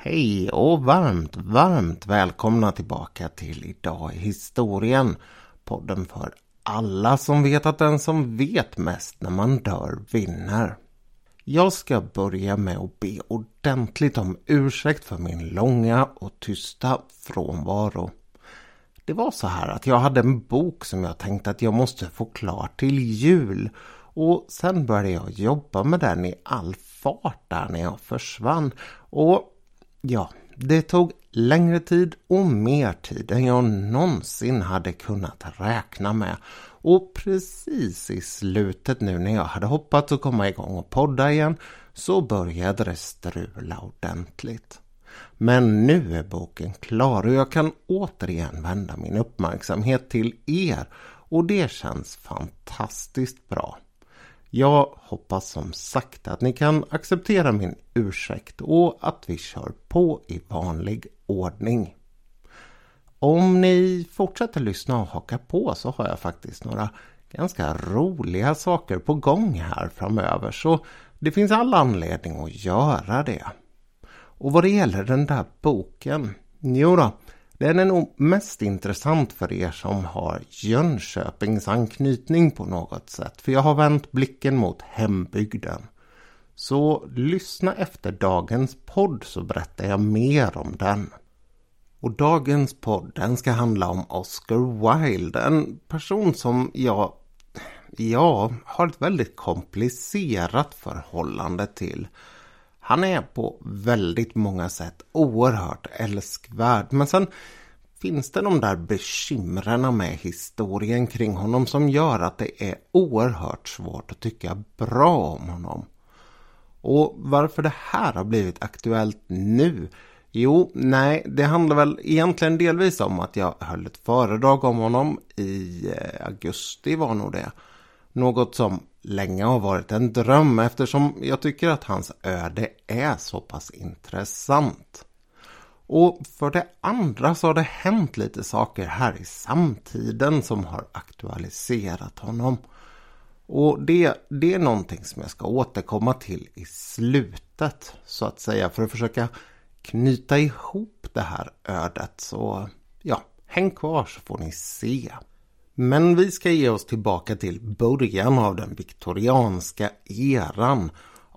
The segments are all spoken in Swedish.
Hej och varmt välkomna tillbaka till Idag i historien. Podden för alla som vet att den som vet mest när man dör vinner. Jag ska börja med att be ordentligt om ursäkt för min långa och tysta frånvaro. Det var så här att jag hade en bok som jag tänkte att jag måste få klar till jul. Och sen började jag jobba med den i all fart där när jag försvann. Och ja, det tog längre tid och mer tid än jag någonsin hade kunnat räkna med. Och precis i slutet nu när jag hade hoppats att komma igång och podda igen så började det strula ordentligt. Men nu är boken klar och jag kan återigen vända min uppmärksamhet till er och det känns fantastiskt bra. Jag hoppas som sagt att ni kan acceptera min ursäkt och att vi kör på i vanlig ordning. Om ni fortsätter lyssna och haka på så har jag faktiskt några ganska roliga saker på gång här framöver, så det finns all anledning att göra det. Och vad det gäller den där boken, den är nog mest intressant för er som har Jönköpings anknytning på något sätt. För jag har vänt blicken mot hembygden. Så lyssna efter dagens podd så berättar jag mer om den. Och dagens podd den ska handla om Oscar Wilde. En person som jag har ett väldigt komplicerat förhållande till. Han är på väldigt många sätt oerhört älskvärd. Men sen finns det de där bekymren med historien kring honom som gör att det är oerhört svårt att tycka bra om honom. Och varför det här har blivit aktuellt nu? Det handlar väl egentligen delvis om att jag höll ett föredrag om honom i augusti var nog det. Något som länge har varit en dröm eftersom jag tycker att hans öde är så pass intressant. Och för det andra så har det hänt lite saker här i samtiden som har aktualiserat honom. Och det är någonting som jag ska återkomma till i slutet så att säga för att försöka knyta ihop det här ödet. Så häng kvar så får ni se. Men vi ska ge oss tillbaka till början av den viktorianska eran,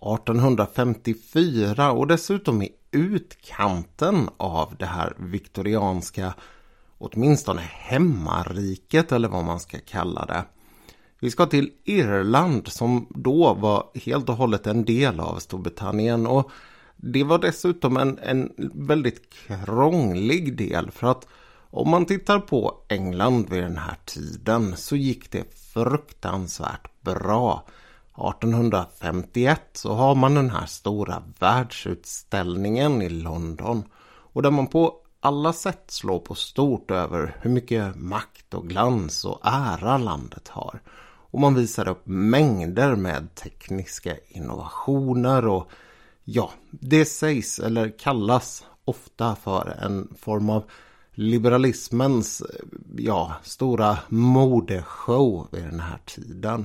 1854, och dessutom i utkanten av det här viktorianska, åtminstone hemmariket eller vad man ska kalla det. Vi ska till Irland som då var helt och hållet en del av Storbritannien, och det var dessutom en väldigt krånglig del för att om man tittar på England vid den här tiden så gick det fruktansvärt bra. 1851 så har man den här stora världsutställningen i London och där man på alla sätt slår på stort över hur mycket makt och glans och ära landet har. Och man visar upp mängder med tekniska innovationer och det sägs eller kallas ofta för en form av liberalismens stora modeshow vid den här tiden.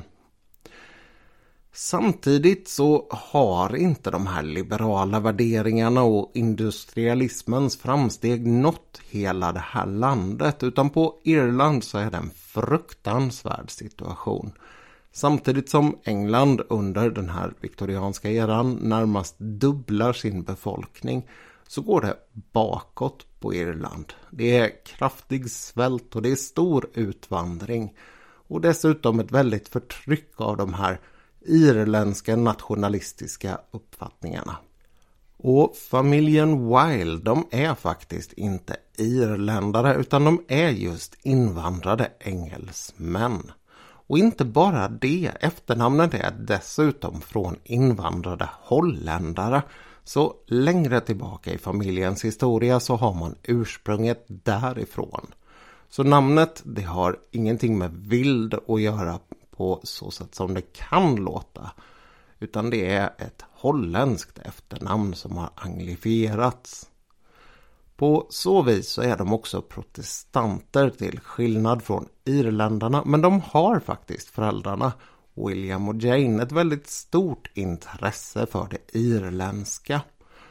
Samtidigt så har inte de här liberala värderingarna och industrialismens framsteg nått hela det här landet, utan på Irland så är det en fruktansvärd situation. Samtidigt som England under den här viktorianska eran närmast dubblar sin befolkning så går det bakåt på Irland. Det är kraftig svält och det är stor utvandring. Och dessutom ett väldigt förtryck av de här irländska nationalistiska uppfattningarna. Och familjen Wilde, de är faktiskt inte irländare utan de är just invandrade engelsmän. Och inte bara det, efternamnet är dessutom från invandrade holländare. Så längre tillbaka i familjens historia så har man ursprunget därifrån. Så namnet det har ingenting med vild att göra på så sätt som det kan låta. Utan det är ett holländskt efternamn som har anglifierats. På så vis så är de också protestanter till skillnad från irländarna. Men de har faktiskt föräldrarna William och Jane ett väldigt stort intresse för det irländska.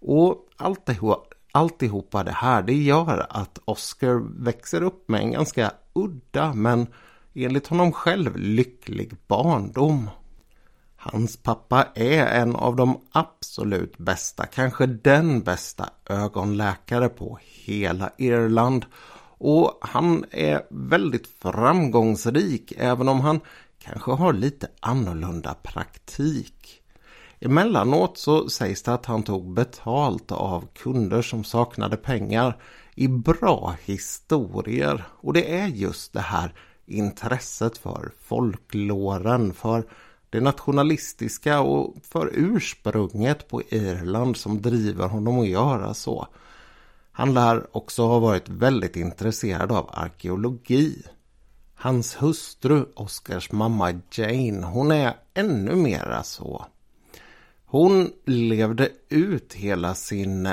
Och alltihopa det här, det gör att Oscar växer upp med en ganska udda men enligt honom själv lycklig barndom. Hans pappa är en av de absolut bästa, kanske den bästa ögonläkare på hela Irland. Och han är väldigt framgångsrik även om han kanske har lite annorlunda praktik. Emellanåt så sägs det att han tog betalt av kunder som saknade pengar i bra historier. Och det är just det här intresset för folklåren, för det nationalistiska och för ursprunget på Irland som driver honom att göra så. Han lär också ha varit väldigt intresserad av arkeologi. Hans hustru, Oscars mamma Jane, hon är ännu mera så. Hon levde ut hela sin,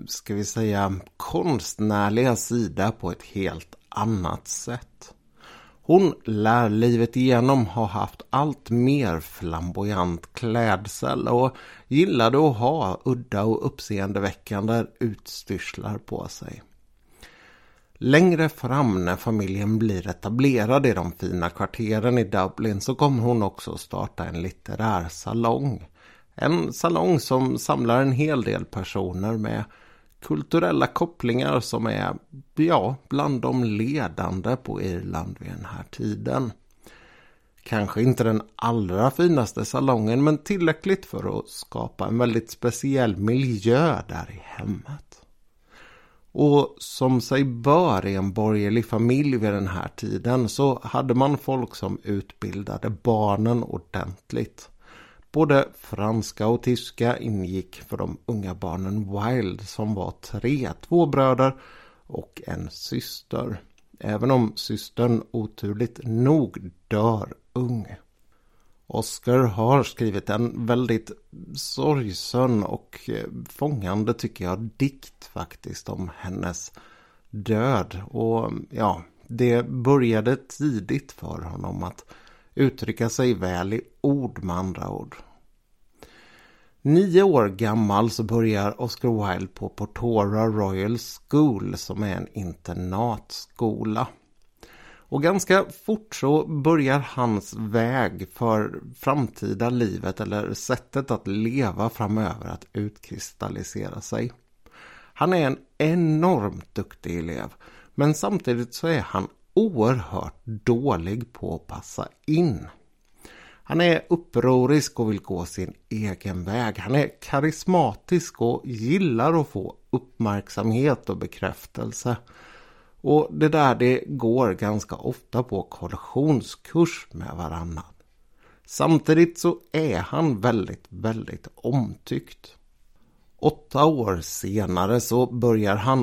konstnärliga sida på ett helt annat sätt. Hon lär livet igenom ha haft allt mer flamboyant klädsel och gillade att ha udda och uppseendeväckande utstyrslar på sig. Längre fram när familjen blir etablerad i de fina kvarteren i Dublin så kommer hon också starta en litterär salong. En salong som samlar en hel del personer med kulturella kopplingar som är bland de ledande på Irland vid den här tiden. Kanske inte den allra finaste salongen men tillräckligt för att skapa en väldigt speciell miljö där i hemmet. Och som sig bör i en borgerlig familj vid den här tiden så hade man folk som utbildade barnen ordentligt. Både franska och tyska ingick för de unga barnen Wilde som var 2 bröder och en syster. Även om systern oturligt nog dör ung. Oscar har skrivit en väldigt sorgsen och fångande tycker jag dikt faktiskt om hennes död. Och det började tidigt för honom att uttrycka sig väl i ord med andra ord. 9 år gammal så börjar Oscar Wilde på Portora Royal School som är en internatskola. Och ganska fort så börjar hans väg för framtida livet eller sättet att leva framöver att utkristallisera sig. Han är en enormt duktig elev men samtidigt så är han oerhört dålig på att passa in. Han är upprorisk och vill gå sin egen väg. Han är karismatisk och gillar att få uppmärksamhet och bekräftelse. Och det går ganska ofta på kollisionskurs med varannan. Samtidigt så är han väldigt, väldigt omtyckt. 8 år senare så börjar han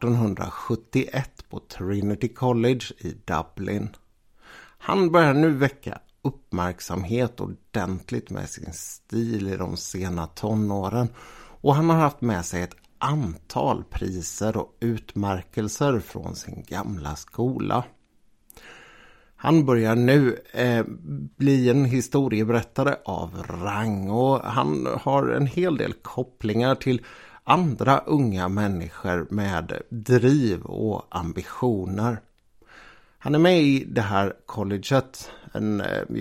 1871 på Trinity College i Dublin. Han börjar nu väcka uppmärksamhet ordentligt med sin stil i de sena tonåren och han har haft med sig ett antal priser och utmärkelser från sin gamla skola. Han börjar nu bli en historieberättare av rang och han har en hel del kopplingar till andra unga människor med driv och ambitioner. Han är med i det här colleget, en,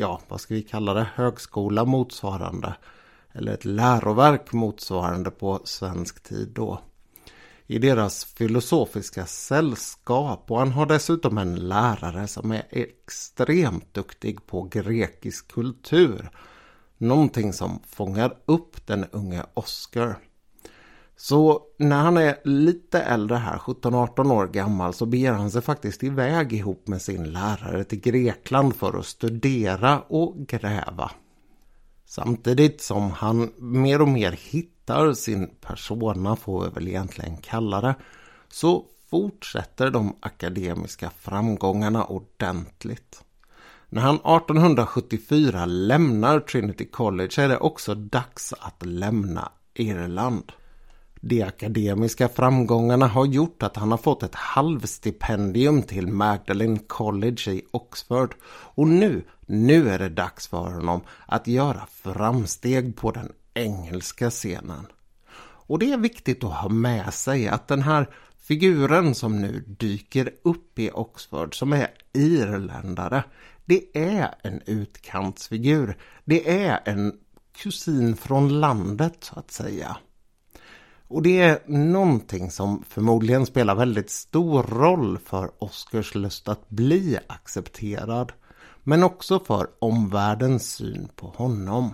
högskola motsvarande, eller ett läroverk motsvarande på svensk tid då. I deras filosofiska sällskap och han har dessutom en lärare som är extremt duktig på grekisk kultur. Någonting som fångar upp den unga Oscar. Så när han är lite äldre här, 17-18 år gammal, så beger han sig faktiskt iväg ihop med sin lärare till Grekland för att studera och gräva. Samtidigt som han mer och mer hittar sin persona, får vi väl egentligen kalla det, så fortsätter de akademiska framgångarna ordentligt. När han 1874 lämnar Trinity College är det också dags att lämna Irland. De akademiska framgångarna har gjort att han har fått ett halvstipendium till Magdalen College i Oxford. Och nu är det dags för honom att göra framsteg på den engelska scenen. Och det är viktigt att ha med sig att den här figuren som nu dyker upp i Oxford, som är irländare, det är en utkantsfigur. Det är en kusin från landet så att säga. Och det är någonting som förmodligen spelar väldigt stor roll för Oscars lust att bli accepterad, men också för omvärldens syn på honom.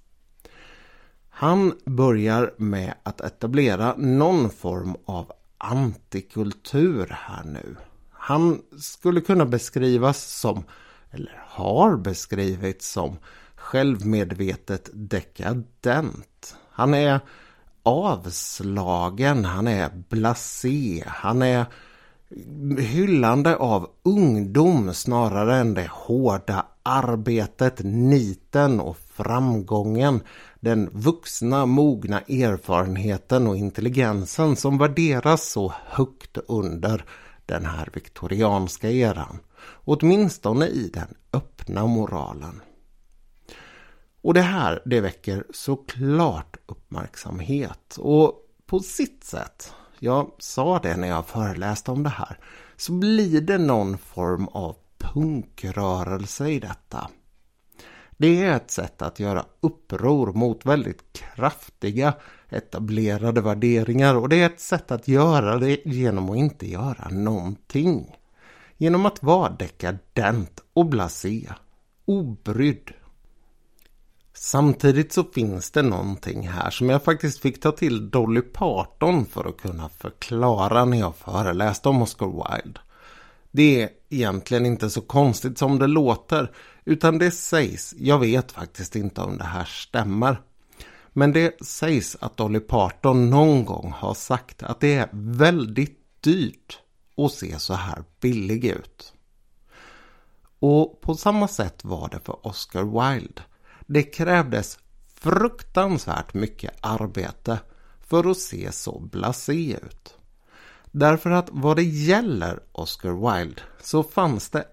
Han börjar med att etablera någon form av antikultur här nu. Han skulle kunna beskrivas som, eller har beskrivits som, självmedvetet dekadent. Han är avslagen, han är blasé, han är hyllande av ungdom snarare än det hårda arbetet, niten och framgången, den vuxna, mogna erfarenheten och intelligensen som värderas så högt under den här viktorianska eran, åtminstone i den öppna moralen. Och det väcker såklart uppmärksamhet, och på sitt sätt, jag sa det när jag föreläste om det här, så blir det någon form av punkrörelse i detta. Det är ett sätt att göra uppror mot väldigt kraftiga etablerade värderingar, och det är ett sätt att göra det genom att inte göra någonting. Genom att vara dekadent och blasé, obrydd. Samtidigt så finns det någonting här som jag faktiskt fick ta till Dolly Parton för att kunna förklara när jag föreläste om Oscar Wilde. Det är egentligen inte så konstigt som det låter, utan det sägs, jag vet faktiskt inte om det här stämmer, men det sägs att Dolly Parton någon gång har sagt att det är väldigt dyrt att se så här billig ut. Och på samma sätt var det för Oscar Wilde. Det krävdes fruktansvärt mycket arbete för att se så blasé ut. Därför att vad det gäller Oscar Wilde så fanns det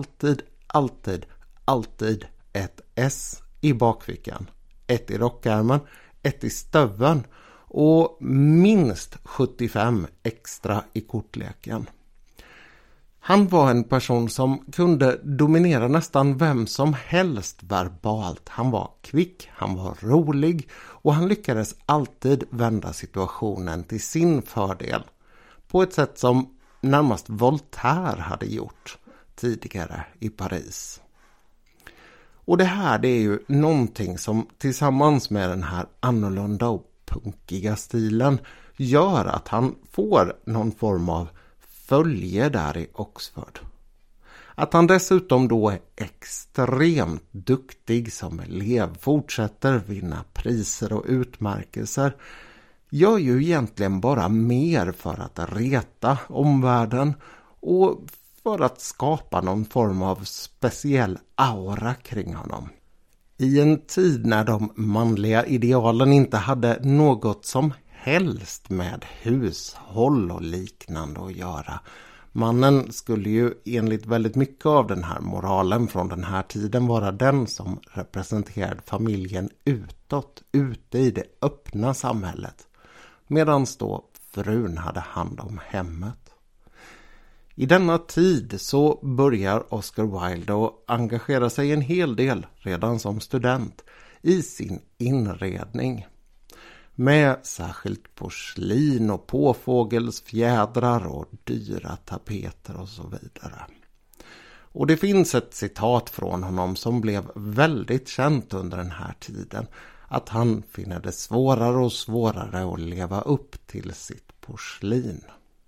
alltid ett S i bakfickan. Ett i rockärmen, ett i stöveln och minst 75 extra i kortleken. Han var en person som kunde dominera nästan vem som helst verbalt. Han var kvick, han var rolig och han lyckades alltid vända situationen till sin fördel. På ett sätt som närmast Voltaire hade gjort tidigare i Paris. Och det är ju någonting som tillsammans med den här annorlunda och punkiga stilen gör att han får någon form av följe där i Oxford. Att han dessutom då är extremt duktig som elev, fortsätter vinna priser och utmärkelser, gör ju egentligen bara mer för att reta omvärlden och för att skapa någon form av speciell aura kring honom. I en tid när de manliga idealen inte hade något som helst med hushåll och liknande att göra. Mannen skulle ju enligt väldigt mycket av den här moralen från den här tiden vara den som representerade familjen utåt, ute i det öppna samhället. Medan då frun hade hand om hemmet. I denna tid så börjar Oscar Wilde att engagera sig en hel del redan som student i sin inredning. Med särskilt porslin och påfågelsfjädrar och dyra tapeter och så vidare. Och det finns ett citat från honom som blev väldigt känt under den här tiden. Att han finner det svårare och svårare att leva upp till sitt porslin.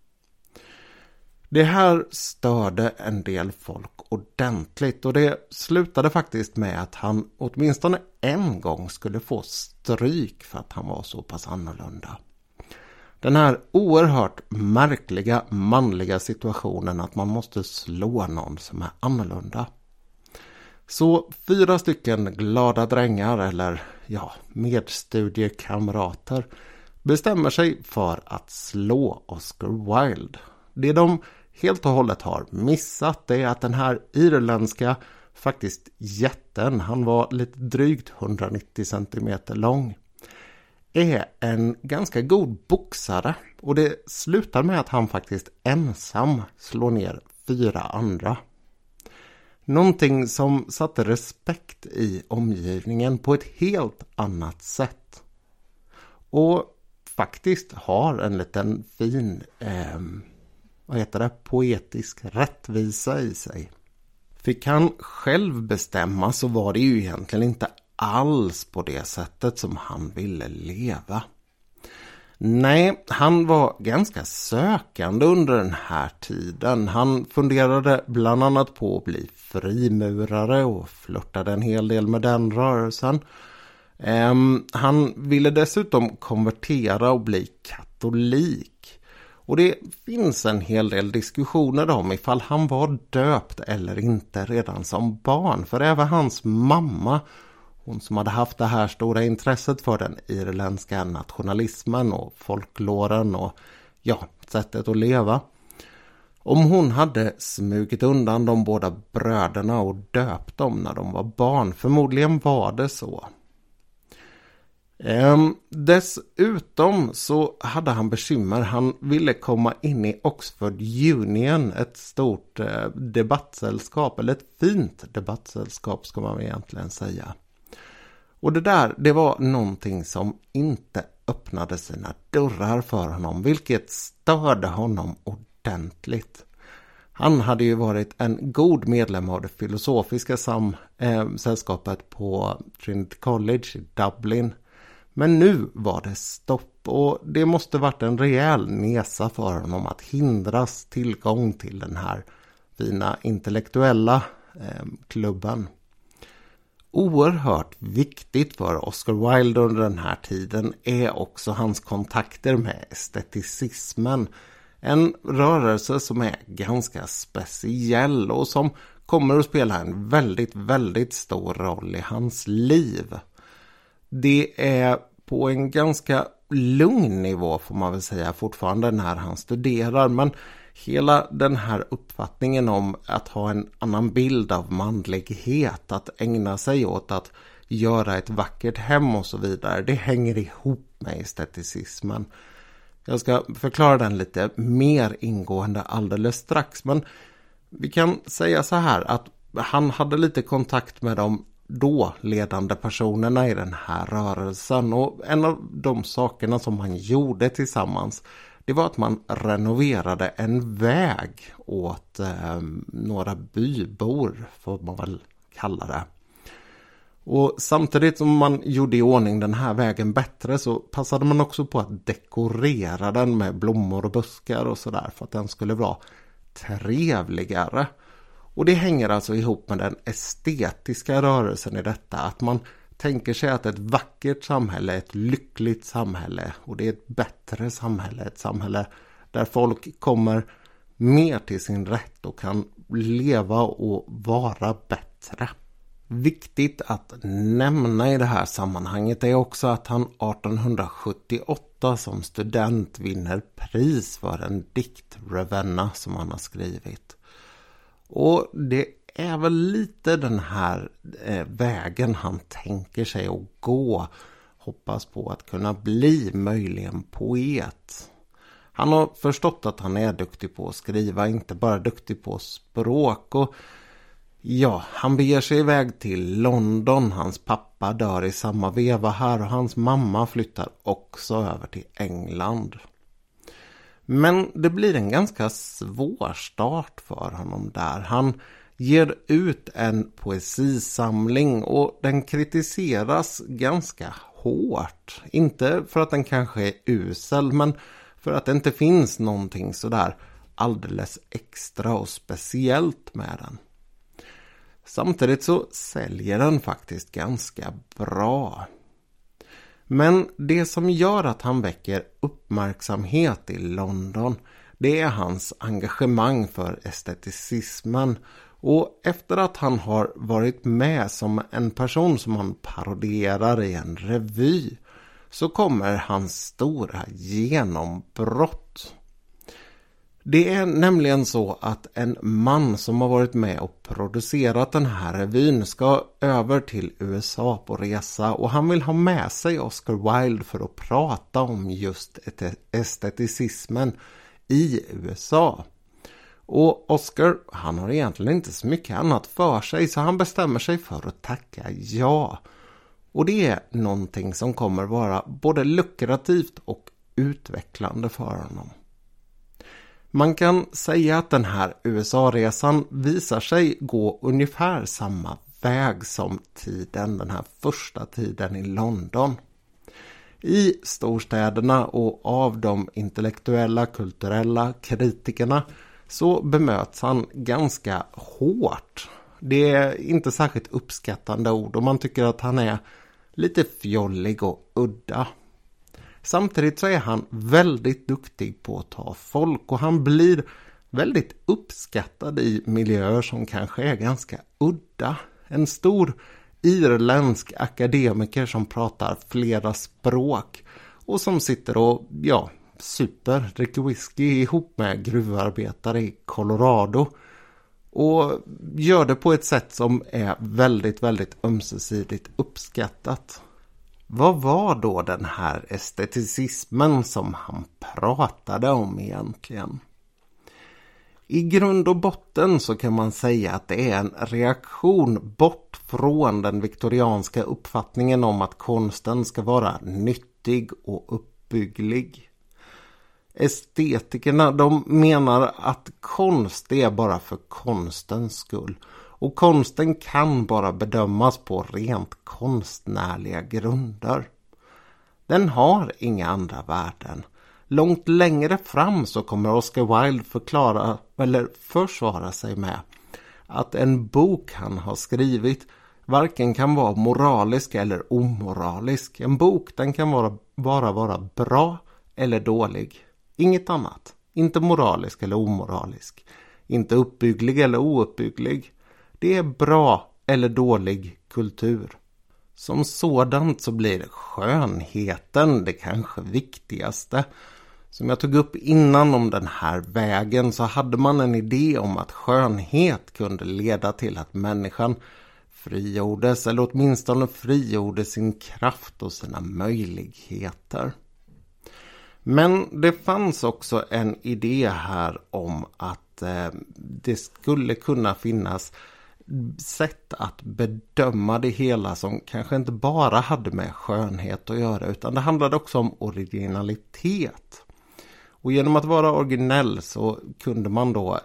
Det här störde en del folk ordentligt och det slutade faktiskt med att han åtminstone en gång skulle få stryk för att han var så pass annorlunda. Den här oerhört märkliga manliga situationen att man måste slå någon som är annorlunda. Så 4 stycken glada drängar eller medstudiekamrater bestämmer sig för att slå Oscar Wilde. Det de helt och hållet har missat är att den här irländska faktiskt jätten, han var lite drygt 190 cm lång, är en ganska god boxare och det slutar med att han faktiskt ensam slår ner 4 andra. Någonting som satte respekt i omgivningen på ett helt annat sätt. Och faktiskt har en liten fin poetisk rättvisa i sig. Fick han själv bestämma så var det ju egentligen inte alls på det sättet som han ville leva. Nej, han var ganska sökande under den här tiden. Han funderade bland annat på att bli frimurare och flörtade en hel del med den rörelsen. Han ville dessutom konvertera och bli katolik. Och det finns en hel del diskussioner om ifall han var döpt eller inte redan som barn. För även hans mamma, hon som hade haft det här stora intresset för den irländska nationalismen och folkloren och sättet att leva. Om hon hade smugit undan de båda bröderna och döpt dem när de var barn, förmodligen var det så. Dessutom så hade han bekymmer. Han ville komma in i Oxford Union, ett stort debattsällskap, eller ett fint debattsällskap ska man egentligen säga. Och det var någonting som inte öppnade sina dörrar för honom, vilket störde honom ordentligt. Han hade ju varit en god medlem av det filosofiska sällskapet på Trinity College i Dublin. Men nu var det stopp och det måste varit en rejäl nesa för honom att hindras tillgång till den här fina intellektuella klubben. Oerhört viktigt för Oscar Wilde under den här tiden är också hans kontakter med esteticismen. En rörelse som är ganska speciell och som kommer att spela en väldigt, väldigt stor roll i hans liv. Det är på en ganska lugn nivå får man väl säga fortfarande när han studerar, men hela den här uppfattningen om att ha en annan bild av manlighet, att ägna sig åt att göra ett vackert hem och så vidare, det hänger ihop med esteticismen. Jag ska förklara den lite mer ingående alldeles strax, men vi kan säga så här att han hade lite kontakt med de då ledande personerna i den här rörelsen, och en av de sakerna som man gjorde tillsammans, det var att man renoverade en väg åt några bybor, får man väl kalla det. Och samtidigt som man gjorde i ordning den här vägen bättre så passade man också på att dekorera den med blommor och buskar och sådär för att den skulle vara trevligare. Och det hänger alltså ihop med den estetiska rörelsen i detta, att man tänker sig att ett vackert samhälle är ett lyckligt samhälle och det är ett bättre samhälle, ett samhälle där folk kommer mer till sin rätt och kan leva och vara bättre. Viktigt att nämna i det här sammanhanget är också att han 1878 som student vinner pris för en dikt, Ravenna, som han har skrivit. Och det är väl lite den här vägen han tänker sig att gå. Hoppas på att kunna bli möjligen poet. Han har förstått att han är duktig på att skriva, inte bara duktig på språk. Och han beger sig iväg till London. Hans pappa dör i samma veva här och hans mamma flyttar också över till England. Men det blir en ganska svår start för honom där. Han ger ut en poesisamling och den kritiseras ganska hårt. Inte för att den kanske är usel, men för att det inte finns någonting sådär alldeles extra och speciellt med den. Samtidigt så säljer den faktiskt ganska bra. Men det som gör att han väcker uppmärksamhet i London, det är hans engagemang för esteticismen. Och efter att han har varit med som en person som han parodierar i en revy, så kommer hans stora genombrott. Det är nämligen så att en man som har varit med och producerat den här revyn ska över till USA på resa, och han vill ha med sig Oscar Wilde för att prata om just esteticismen i USA. Och Oscar, han har egentligen inte så mycket annat för sig, så han bestämmer sig för att tacka ja. Och det är någonting som kommer vara både lukrativt och utvecklande för honom. Man kan säga att den här USA-resan visar sig gå ungefär samma väg som den här första tiden i London. I storstäderna och av de intellektuella, kulturella kritikerna så bemöts han ganska hårt. Det är inte särskilt uppskattande ord, och man tycker att han är lite fjollig och udda. Samtidigt så är han väldigt duktig på att ta folk, och han blir väldigt uppskattad i miljöer som kanske är ganska udda. En stor irländsk akademiker som pratar flera språk och som sitter och super, dricker whisky ihop med gruvarbetare i Colorado, och gör det på ett sätt som är väldigt, väldigt ömsesidigt uppskattat. Vad var då den här esteticismen som han pratade om egentligen? I grund och botten så kan man säga att det är en reaktion bort från den viktorianska uppfattningen om att konsten ska vara nyttig och uppbygglig. Estetikerna, de menar att konst är bara för konstens skull, och konsten kan bara bedömas på rent konstnärliga grunder. Den har inga andra värden. Långt längre fram så kommer Oscar Wilde försvara sig med att en bok han har skrivit varken kan vara moralisk eller omoralisk. En bok, den kan bara vara bra eller dålig. Inget annat. Inte moralisk eller omoralisk. Inte uppbygglig eller ouppbygglig. Det är bra eller dålig kultur. Som sådant så blir skönheten det kanske viktigaste. Som jag tog upp innan om den här vägen, så hade man en idé om att skönhet kunde leda till att människan frigjordes, eller åtminstone frigjorde sin kraft och sina möjligheter. Men det fanns också en idé här om att det skulle kunna finnas sätt att bedöma det hela som kanske inte bara hade med skönhet att göra, utan det handlade också om originalitet. Och genom att vara originell så kunde man då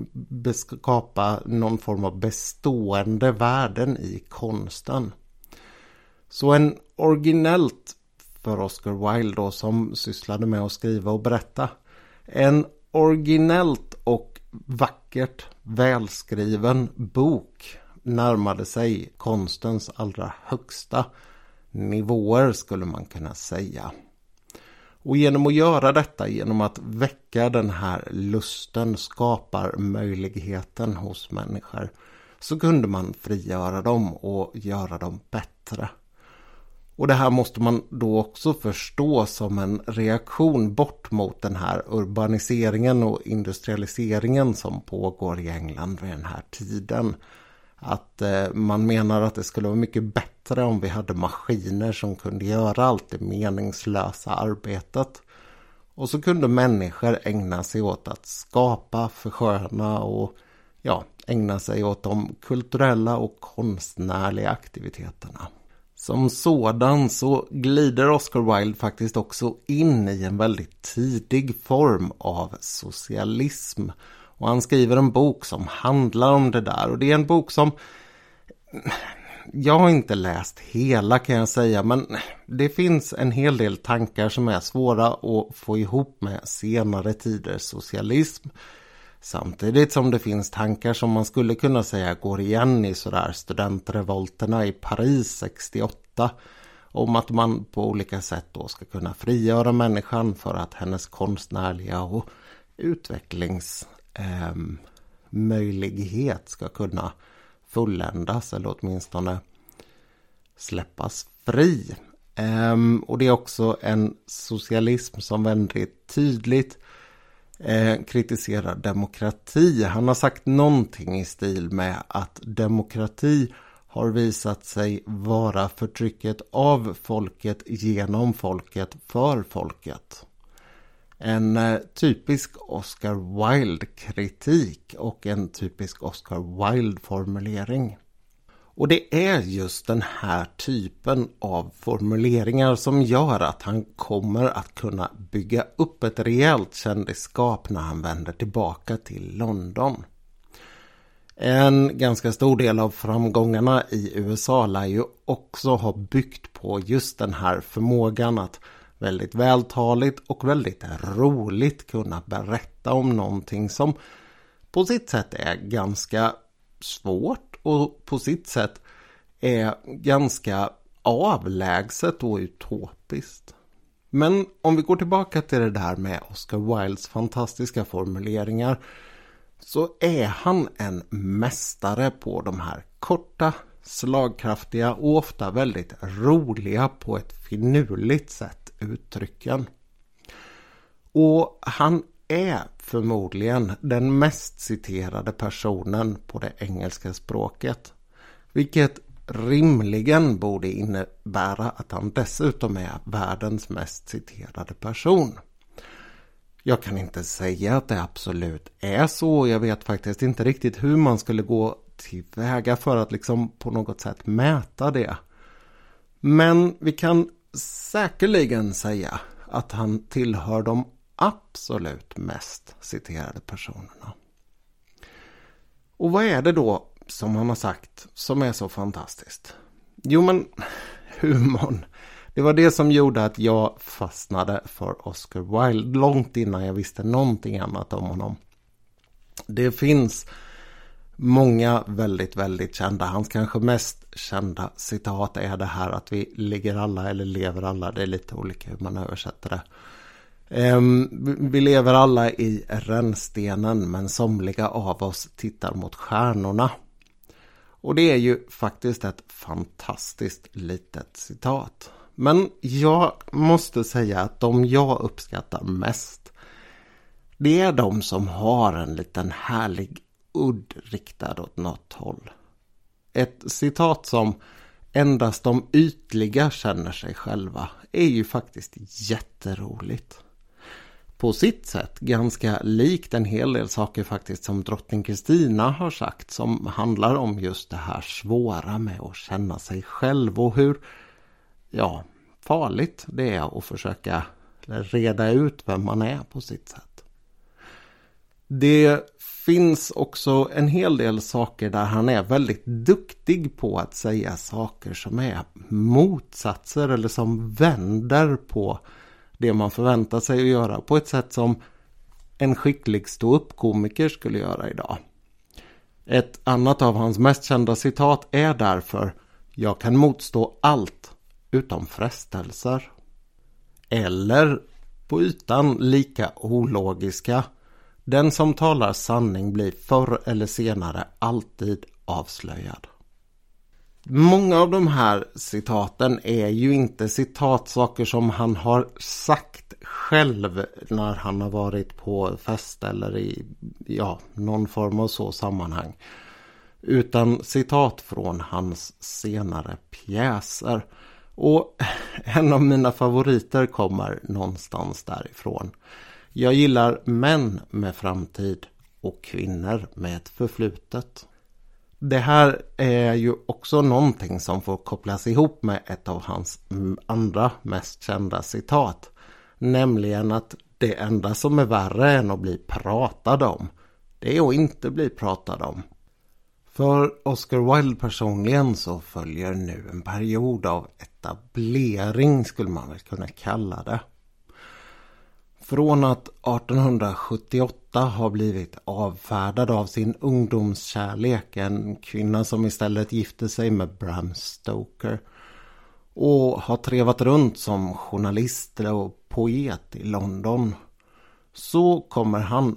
skapa någon form av bestående värden i konsten. Så en originellt för Oscar Wilde då, som sysslade med att skriva och berätta. En originellt och vackert välskriven bok närmade sig konstens allra högsta nivåer, skulle man kunna säga. Och genom att göra detta, genom att väcka den här lusten, skapar möjligheten hos människor, så kunde man frigöra dem och göra dem bättre. Och det här måste man då också förstå som en reaktion bort mot den här urbaniseringen och industrialiseringen som pågår i England vid den här tiden. Att man menar att det skulle vara mycket bättre om vi hade maskiner som kunde göra allt det meningslösa arbetet. Och så kunde människor ägna sig åt att skapa, försköna och ägna sig åt de kulturella och konstnärliga aktiviteterna. Som sådan så glider Oscar Wilde faktiskt också in i en väldigt tidig form av socialism. Och han skriver en bok som handlar om det där. Och det är en bok som jag har inte läst hela, kan jag säga. Men det finns en hel del tankar som är svåra att få ihop med senare tiders socialism. Samtidigt som det finns tankar som man skulle kunna säga går igen i sådär studentrevolterna i Paris 68. Om att man på olika sätt då ska kunna frigöra människan för att hennes konstnärliga och utvecklingsmöjlighet ska kunna fulländas eller åtminstone släppas fri. Och det är också en socialism som väldigt tydligt kritiserar demokrati. Han har sagt någonting i stil med att demokrati har visat sig vara förtrycket av folket genom folket för folket. En typisk Oscar Wilde-kritik och en typisk Oscar Wilde-formulering. Och det är just den här typen av formuleringar som gör att han kommer att kunna bygga upp ett rejält kändisskap när han vänder tillbaka till London. En ganska stor del av framgångarna i USA lär ju också ha byggt på just den här förmågan att väldigt vältaligt och väldigt roligt kunna berätta om någonting som på sitt sätt är ganska svårt och på sitt sätt är ganska avlägset och utopiskt. Men om vi går tillbaka till det där med Oscar Wildes fantastiska formuleringar, så är han en mästare på de här korta, slagkraftiga och ofta väldigt roliga på ett finurligt sätt uttrycken. Och han är förmodligen den mest citerade personen på det engelska språket, vilket rimligen borde innebära att han dessutom är världens mest citerade person. Jag kan inte säga att det absolut är så. Jag vet faktiskt inte riktigt hur man skulle gå tillväga för att liksom på något sätt mäta det. Men vi kan säkerligen säga att han tillhör de absolut mest citerade personerna. Och vad är det då som han har sagt som är så fantastiskt? Jo, men humorn. Det var det som gjorde att jag fastnade för Oscar Wilde långt innan jag visste någonting annat om honom. Det finns många väldigt, väldigt kända. Hans kanske mest kända citat är det här att vi ligger alla eller lever alla. Det är lite olika hur man översätter det. Vi lever alla i rännstenen, men somliga av oss tittar mot stjärnorna. Och det är ju faktiskt ett fantastiskt litet citat. Men jag måste säga att de jag uppskattar mest, det är de som har en liten härlig udd riktad åt något håll. Ett citat som endast de ytliga känner sig själva är ju faktiskt jätteroligt. På sitt sätt ganska likt en hel del saker faktiskt som drottning Kristina har sagt, som handlar om just det här svåra med att känna sig själv och hur farligt det är att försöka reda ut vem man är på sitt sätt. Det finns också en hel del saker där han är väldigt duktig på att säga saker som är motsatser eller som vänder på det man förväntar sig att göra på ett sätt som en skicklig ståuppkomiker skulle göra idag. Ett annat av hans mest kända citat är därför: jag kan motstå allt utom frestelser. Eller på ytan lika ologiska: den som talar sanning blir förr eller senare alltid avslöjad. Många av de här citaten är ju inte citatsaker som han har sagt själv när han har varit på fest eller i någon form av så sammanhang. Utan citat från hans senare pjäser. Och en av mina favoriter kommer någonstans därifrån. Jag gillar män med framtid och kvinnor med ett förflutet. Det här är ju också någonting som får kopplas ihop med ett av hans andra mest kända citat. Nämligen att det enda som är värre än att bli pratad om, det är att inte bli pratad om. För Oscar Wilde personligen så följer nu en period av etablering, skulle man väl kunna kalla det. Från att 1878 har blivit avfärdad av sin ungdomskärlek, en kvinna som istället gifte sig med Bram Stoker, och har trevat runt som journalist och poet i London, så kommer han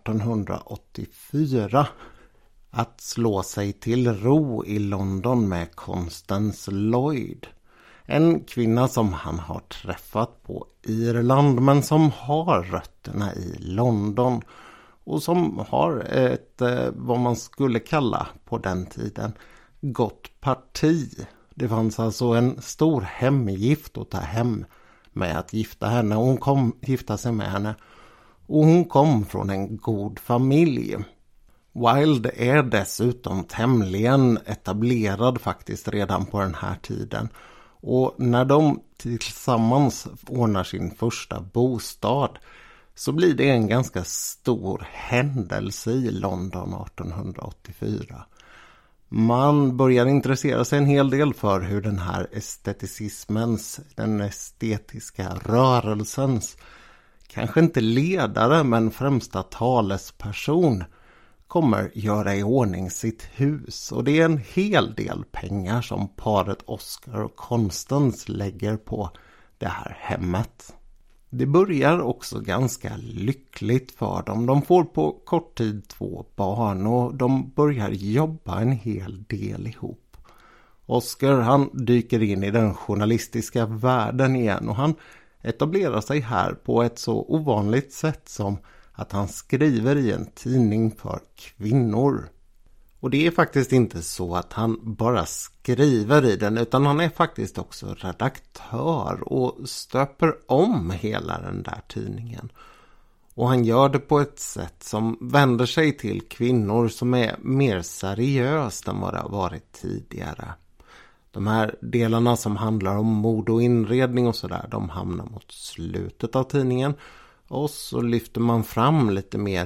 1884 att slå sig till ro i London med Constance Lloyd. En kvinna som han har träffat på Irland men som har rötterna i London och som har ett, vad man skulle kalla på den tiden, gott parti. Det fanns alltså en stor hemgift att ta hem med att gifta henne. Hon kom gifta sig med henne och hon kom från en god familj. Wilde är dessutom tämligen etablerad faktiskt redan på den här tiden. Och när de tillsammans ordnar sin första bostad så blir det en ganska stor händelse i London 1884. Man börjar intressera sig en hel del för hur den här esteticismens, den estetiska rörelsens, kanske inte ledare men främsta talesperson kommer göra i ordning sitt hus. Och det är en hel del pengar som paret Oscar och Constance lägger på det här hemmet. Det börjar också ganska lyckligt för dem. De får på kort tid 2 barn och de börjar jobba en hel del ihop. Oscar han dyker in i den journalistiska världen igen och han etablerar sig här på ett så ovanligt sätt som att han skriver i en tidning för kvinnor. Och det är faktiskt inte så att han bara skriver i den utan han är faktiskt också redaktör och stöper om hela den där tidningen. Och han gör det på ett sätt som vänder sig till kvinnor som är mer seriöst än vad det har varit tidigare. De här delarna som handlar om mode och inredning och sådär, de hamnar mot slutet av tidningen. Och så lyfter man fram lite mer,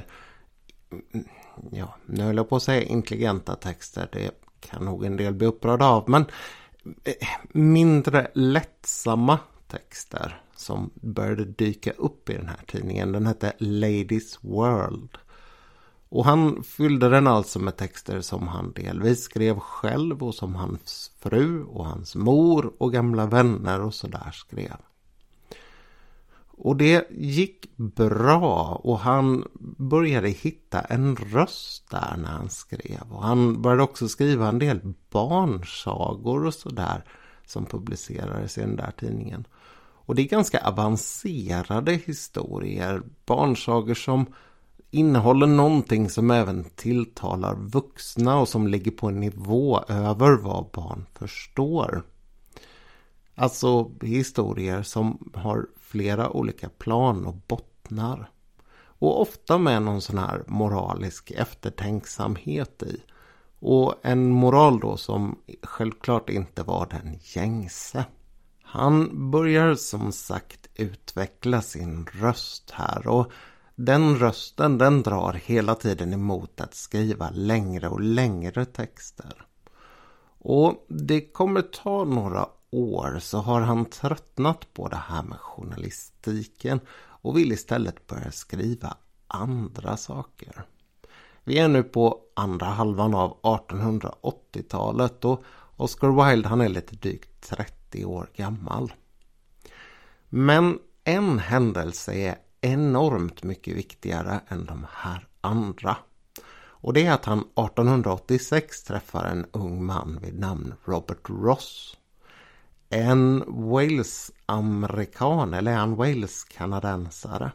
nu höll jag på att säga intelligenta texter, det kan nog en del bli upprörda av, men mindre lättsamma texter som började dyka upp i den här tidningen. Den hette Ladies World. Och han fyllde den alltså med texter som han delvis skrev själv och som hans fru och hans mor och gamla vänner och sådär skrev. Och det gick bra och han började hitta en röst där när han skrev. Och han började också skriva en del barnsagor och sådär som publicerades i den där tidningen. Och det är ganska avancerade historier, barnsagor som innehåller någonting som även tilltalar vuxna och som ligger på en nivå över vad barn förstår. Alltså historier som har flera olika plan och bottnar. Och ofta med någon sån här moralisk eftertänksamhet i. Och en moral då som självklart inte var den gängse. Han börjar som sagt utveckla sin röst här och den rösten den drar hela tiden emot att skriva längre och längre texter. Och det kommer ta några år så har han tröttnat på det här med journalistiken och vill istället börja skriva andra saker. Vi är nu på andra halvan av 1880-talet och Oscar Wilde han är lite drygt 30 år gammal. Men en händelse är enormt mycket viktigare än de här andra. Och det är att han 1886 träffar en ung man vid namn Robert Ross. En Wales-amerikan, eller en Wales-kanadensare.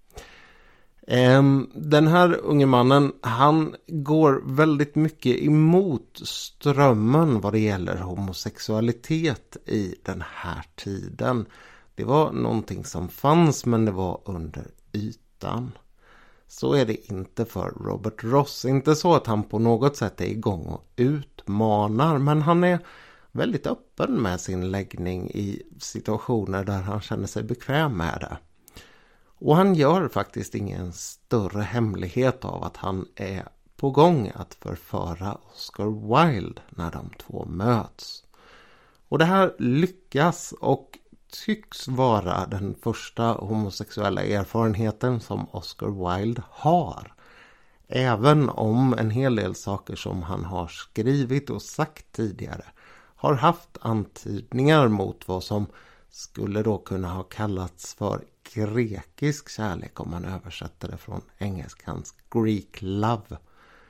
Den här unge mannen, han går väldigt mycket emot strömmen vad det gäller homosexualitet i den här tiden. Det var någonting som fanns men det var under ytan. Så är det inte för Robert Ross. Inte så att han på något sätt är igång och utmanar, men han är väldigt öppen med sin läggning i situationer där han känner sig bekväm med det. Och han gör faktiskt ingen större hemlighet av att han är på gång att förföra Oscar Wilde när de två möts. Och det här lyckas och tycks vara den första homosexuella erfarenheten som Oscar Wilde har. Även om en hel del saker som han har skrivit och sagt tidigare har haft antydningar mot vad som skulle då kunna ha kallats för grekisk kärlek om man översätter det från engelskans Greek love.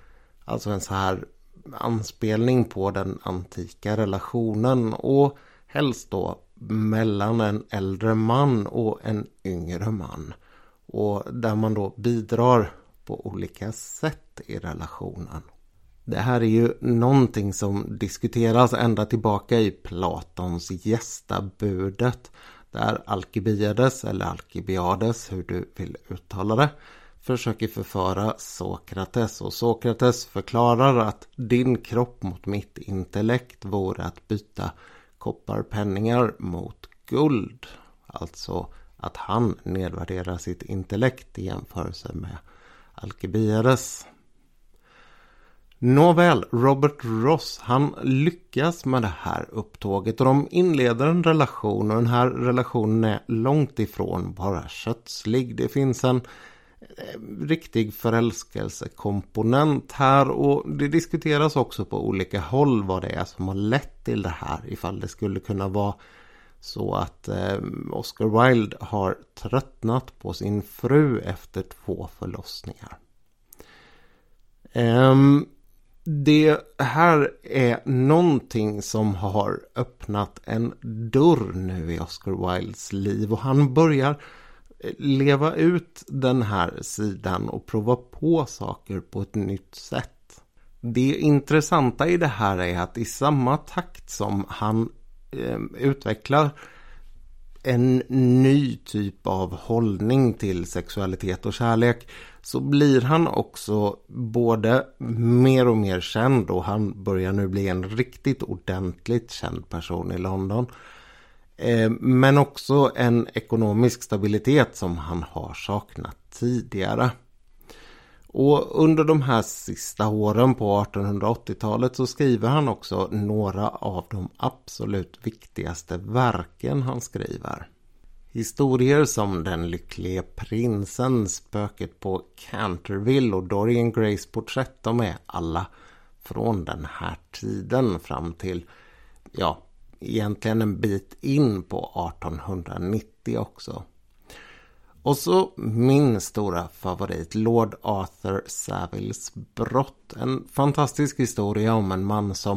Alltså en så här anspelning på den antika relationen och Helst då mellan en äldre man och en yngre man. Och där man då bidrar på olika sätt i relationen. Det här är ju någonting som diskuteras ända tillbaka i Platons gästabudet. Där Alkibiades eller Alkibiades, hur du vill uttala det, försöker förföra Sokrates. Och Sokrates förklarar att din kropp mot mitt intellekt vore att byta kopparpenningar mot guld. Alltså att han nedvärderar sitt intellekt i jämförelse med Alkibiades. Nåväl, Robert Ross, han lyckas med det här upptåget och de inleder en relation, och den här relationen är långt ifrån bara kötslig. Det finns en riktig förälskelsekomponent här, och det diskuteras också på olika håll vad det är som har lett till det här. Ifall det skulle kunna vara så att Oscar Wilde har tröttnat på sin fru efter 2 förlossningar. Det här är någonting som har öppnat en dörr nu i Oscar Wildes liv, och han börjar leva ut den här sidan och prova på saker på ett nytt sätt. Det intressanta i det här är att i samma takt som han utvecklar en ny typ av hållning till sexualitet och kärlek, så blir han också både mer och mer känd, och han börjar nu bli en riktigt ordentligt känd person i London. Men också en ekonomisk stabilitet som han har saknat tidigare. Och under de här sista åren på 1880-talet så skriver han också några av de absolut viktigaste verken han skriver. Historier som Den lyckliga prinsen, Spöket på Canterville och Dorian Grays porträtt, de är alla från den här tiden fram till, egentligen en bit in på 1890 också. Och så min stora favorit, Lord Arthur Savills brott. En fantastisk historia om en man som,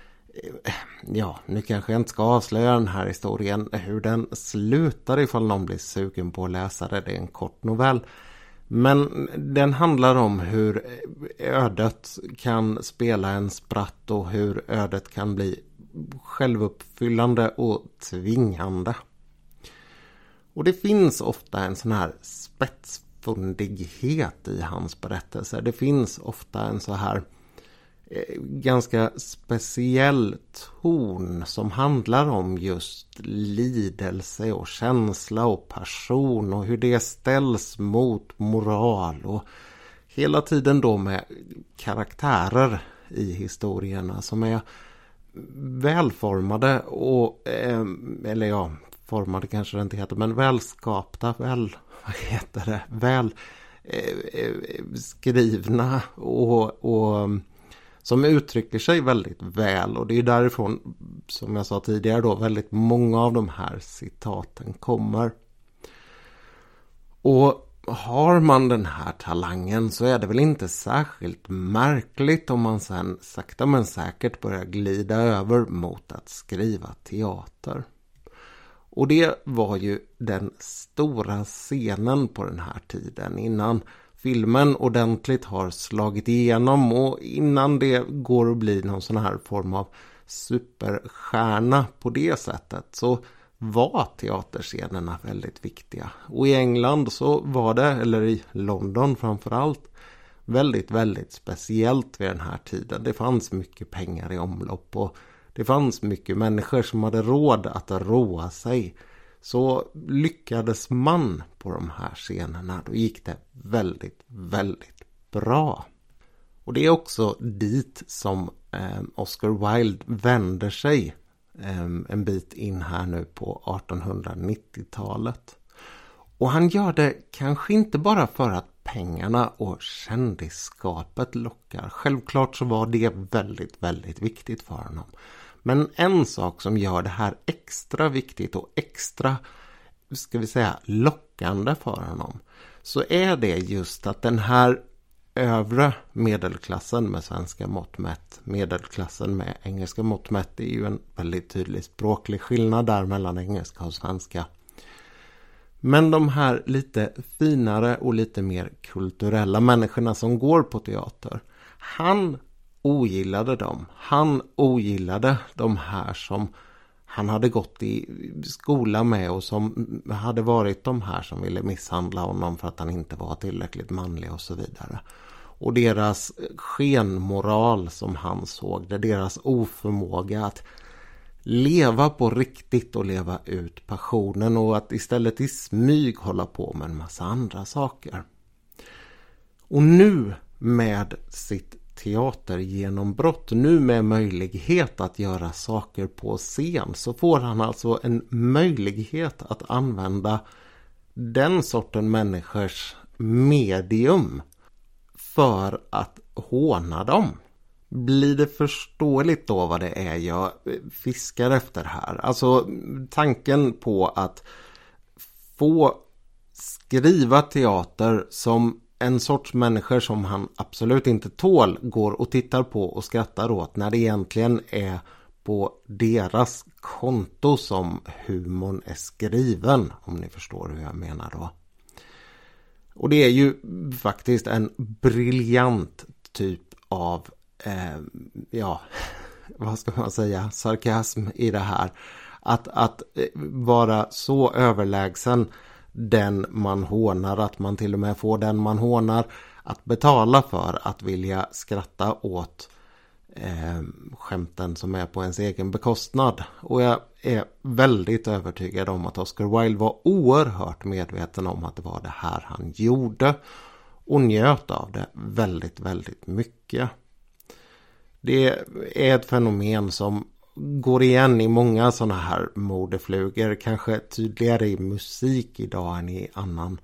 nu kanske jag inte ska avslöja den här historien, hur den slutar ifall någon blir sugen på att läsa det. Det är en kort novell. Men den handlar om hur ödet kan spela en spratt och hur ödet kan bli självuppfyllande och tvingande. Och det finns ofta en sån här spetsfundighet i hans berättelser. Det finns ofta en så här ganska speciell ton som handlar om just lidelse och känsla och passion och hur det ställs mot moral, och hela tiden då med karaktärer i historierna som är välformade och formade kanske det inte heter, men välskapta, väl skrivna och som uttrycker sig väldigt väl. Och det är därifrån, som jag sa tidigare då, väldigt många av de här citaten kommer. Och har man den här talangen så är det väl inte särskilt märkligt om man sen sakta men säkert börjar glida över mot att skriva teater. Och det var ju den stora scenen på den här tiden, innan filmen ordentligt har slagit igenom och innan det går att bli någon sån här form av superstjärna på det sättet, så var teaterscenerna väldigt viktiga. Och i England så var det, eller i London framförallt, väldigt, väldigt speciellt vid den här tiden. Det fanns mycket pengar i omlopp och det fanns mycket människor som hade råd att roa sig. Så lyckades man på de här scenerna, då gick det väldigt, väldigt bra. Och det är också dit som Oscar Wilde vänder sig en bit in här nu på 1890-talet. Och han gör det kanske inte bara för att pengarna och kändisskapet lockar. Självklart så var det väldigt, väldigt viktigt för honom. Men en sak som gör det här extra viktigt och extra, lockande för honom, så är det just att den här övre medelklassen med svenska mått mätt. Medelklassen med engelska mått mätt. Det är ju en väldigt tydlig språklig skillnad där mellan engelska och svenska. Men de här lite finare och lite mer kulturella människorna som går på teater. Han ogillade dem. Han ogillade de här som han hade gått i skola med och som hade varit de här som ville misshandla honom för att han inte var tillräckligt manlig och så vidare. Och deras skenmoral som han såg det, deras oförmåga att leva på riktigt och leva ut passionen och att istället i smyg hålla på med en massa andra saker. Och nu med sitt teatergenombrott, nu med möjlighet att göra saker på scen, så får han alltså en möjlighet att använda den sorten människors medium för att håna dem. Blir det förståeligt då vad det är jag fiskar efter här? Alltså tanken på att få skriva teater som en sorts människor som han absolut inte tål går och tittar på och skrattar åt när det egentligen är på deras konto som humorn är skriven, om ni förstår hur jag menar då. Och det är ju faktiskt en briljant typ av vad ska man säga, sarkasm i det här. Att vara så överlägsen den man hånar att man till och med får den man hånar att betala för att vilja skratta åt skämten som är på ens egen bekostnad. Och jag är väldigt övertygad om att Oscar Wilde var oerhört medveten om att det var det här han gjorde och njöt av det väldigt, väldigt mycket. Det är ett fenomen som går igen i många sådana här modeflugor, kanske tydligare i musik idag än i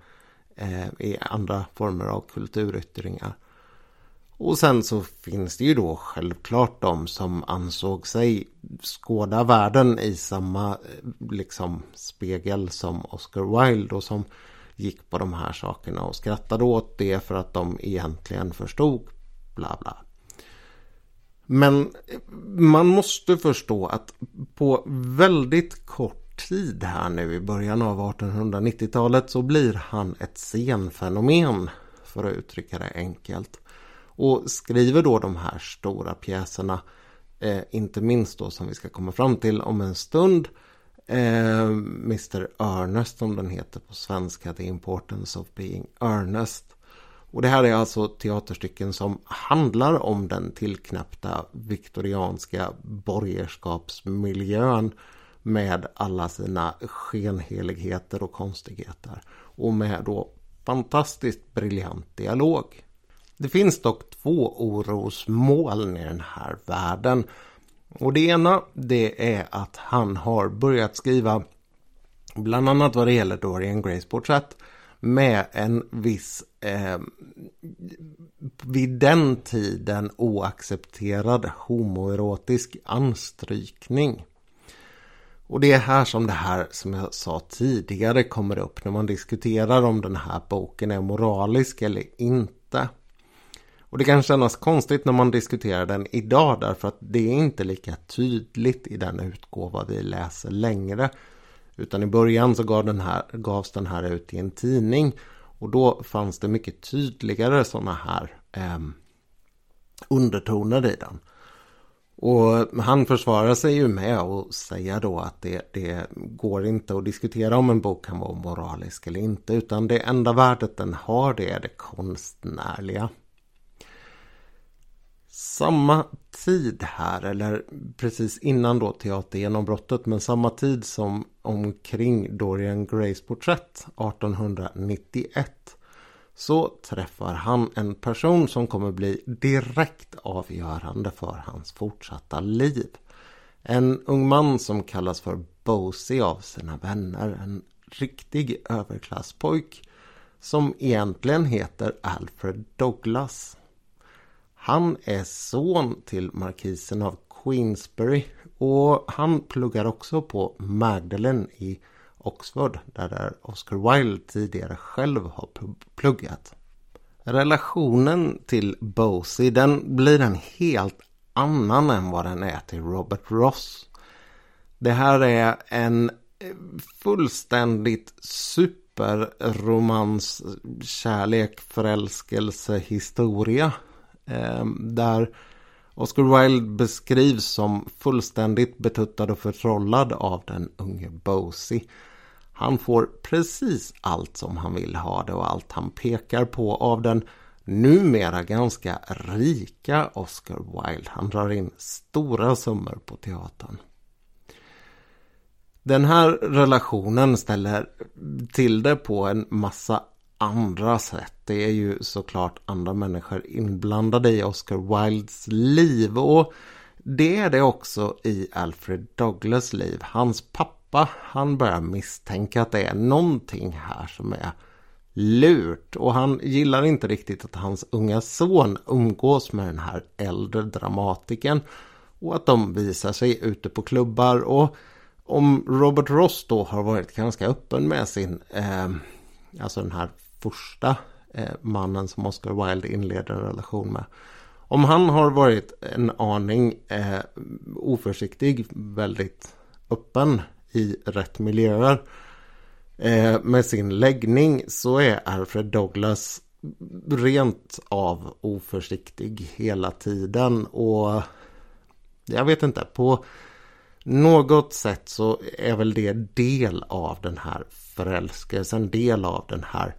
andra former av kulturyttringar. Och sen så finns det ju då självklart de som ansåg sig skåda världen i samma spegel som Oscar Wilde och som gick på de här sakerna och skrattade åt det för att de egentligen förstod bla bla. Men man måste förstå att på väldigt kort tid här nu i början av 1890-talet så blir han ett scenfenomen, för att uttrycka det enkelt. Och skriver då de här stora pjäserna, inte minst då som vi ska komma fram till om en stund, Mr. Ernest som den heter på svenska, The Importance of Being Earnest. Och det här är alltså teaterstycken som handlar om den tillknäppta viktorianska borgerskapsmiljön med alla sina skenheligheter och konstigheter. Och med då fantastiskt briljant dialog. Det finns dock två orosmoln i den här världen. Och det ena det är att han har börjat skriva bland annat vad det gäller Dorian Grays porträtt med en viss vid den tiden oaccepterad homoerotisk anstrykning. Och det är här som det här som jag sa tidigare kommer upp när man diskuterar om den här boken är moralisk eller inte. Och det kan kännas konstigt när man diskuterar den idag därför att det är inte lika tydligt i den utgåva vi läser längre. Utan i början så gavs den här ut i en tidning och då fanns det mycket tydligare sådana här undertoner i den. Och han försvarar sig ju med att säga då att det går inte att diskutera om en bok kan vara moralisk eller inte, utan det enda värdet den har det är det konstnärliga. Samma tid här, eller precis innan då teatergenombrottet, men samma tid som omkring Dorian Grays porträtt 1891 så träffar han en person som kommer bli direkt avgörande för hans fortsatta liv. En ung man som kallas för Bosie av sina vänner, en riktig överklasspojk som egentligen heter Alfred Douglas. Han är son till markisen av Queensberry och han pluggar också på Magdalen i Oxford där Oscar Wilde tidigare själv har pluggat. Relationen till Bosie, den blir en helt annan än vad den är till Robert Ross. Det här är en fullständigt superromans, kärlek, förälskelse, historia. Där Oscar Wilde beskrivs som fullständigt betuttad och förtrollad av den unge Bosie. Han får precis allt som han vill ha det och allt han pekar på av den numera ganska rika Oscar Wilde. Han drar in stora summor på teatern. Den här relationen ställer till det på en massa andra sätt. Det är ju såklart andra människor inblandade i Oscar Wildes liv, och det är det också i Alfred Douglas liv. Hans pappa, han börjar misstänka att det är någonting här som är lurt, och han gillar inte riktigt att hans unga son umgås med den här äldre dramatiken och att de visar sig ute på klubbar. Och om Robert Ross då har varit ganska öppen med sin alltså den här första mannen som Oscar Wilde inleder en relation med, om han har varit en aning oförsiktig, väldigt öppen i rätt miljöer med sin läggning, så är Alfred Douglas rent av oförsiktig hela tiden. Och jag vet inte, på något sätt så är väl det del av den här förälskelsen, del av den här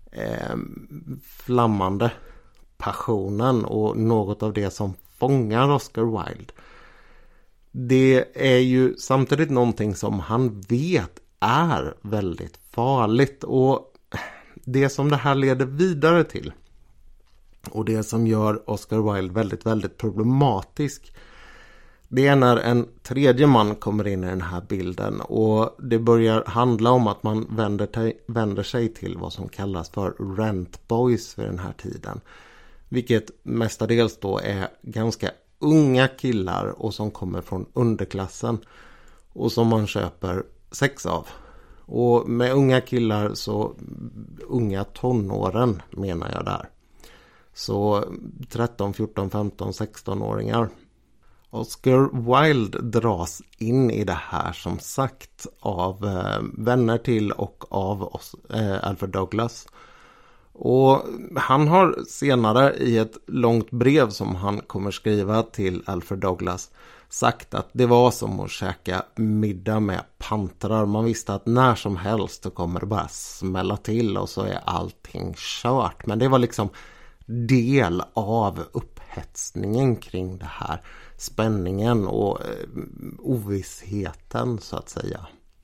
flammande passionen och något av det som fångar Oscar Wilde. Det är ju samtidigt någonting som han vet är väldigt farligt, och det som det här leder vidare till och det som gör Oscar Wilde väldigt, väldigt problematisk, det är när en tredje man kommer in i den här bilden, och det börjar handla om att man vänder sig till vad som kallas för rent boys vid den här tiden. Vilket mestadels då är ganska unga killar och som kommer från underklassen och som man köper sex av. Och med unga killar så unga tonåren menar jag där. Så 13, 14, 15, 16-åringar. Oscar Wilde dras in i det här som sagt av vänner till och av Alfred Douglas. Och han har senare i ett långt brev som han kommer skriva till Alfred Douglas sagt att det var som att käka middag med pantrar. Man visste att när som helst så kommer det bara smälla till och så är allting kört. Men det var liksom del av upphetsningen kring det här. Spänningen och ovissheten så att säga.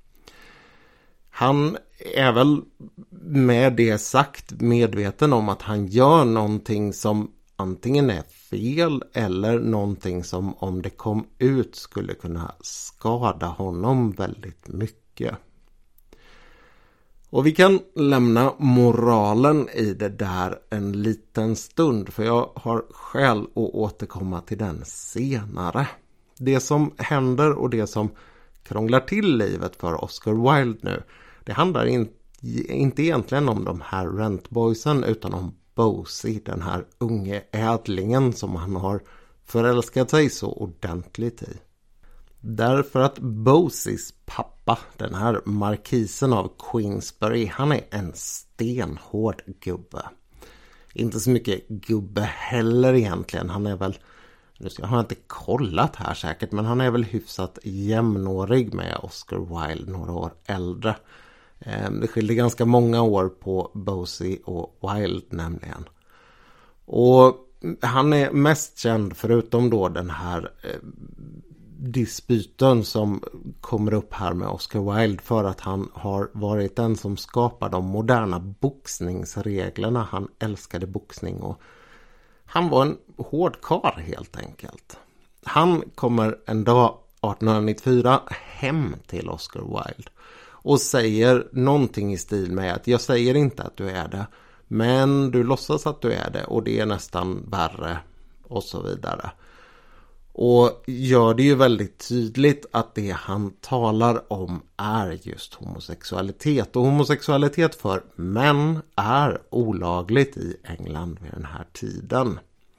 Han är väl med det sagt medveten om att han gör någonting som antingen är fel eller någonting som om det kom ut skulle kunna skada honom väldigt mycket. Och vi kan lämna moralen i det där en liten stund, för jag har skäl att återkomma till den senare. Det som händer och det som krånglar till livet för Oscar Wilde nu, det handlar inte egentligen om de här rentboysen utan om Bosie, den här unge ädlingen som han har förälskat sig så ordentligt i. Därför att Bosies pappa, den här markisen av Queensberry, han är en stenhård gubbe. Inte så mycket gubbe heller egentligen. Han är väl, nu har jag inte kollat här säkert, men han är väl hyfsat jämnårig med Oscar Wilde, några år äldre. Det skiljer ganska många år på Bosie och Wilde nämligen. Och han är mest känd förutom då den här dispyten som kommer upp här med Oscar Wilde för att han har varit den som skapar de moderna boxningsreglerna. Han älskade boxning och han var en hård karl helt enkelt. Han kommer en dag 1894 hem till Oscar Wilde och säger någonting i stil med att jag säger inte att du är det, men du låtsas att du är det och det är nästan värre och så vidare. Och gör det ju väldigt tydligt att det han talar om är just homosexualitet. Och homosexualitet för män är olagligt i England vid den här tiden.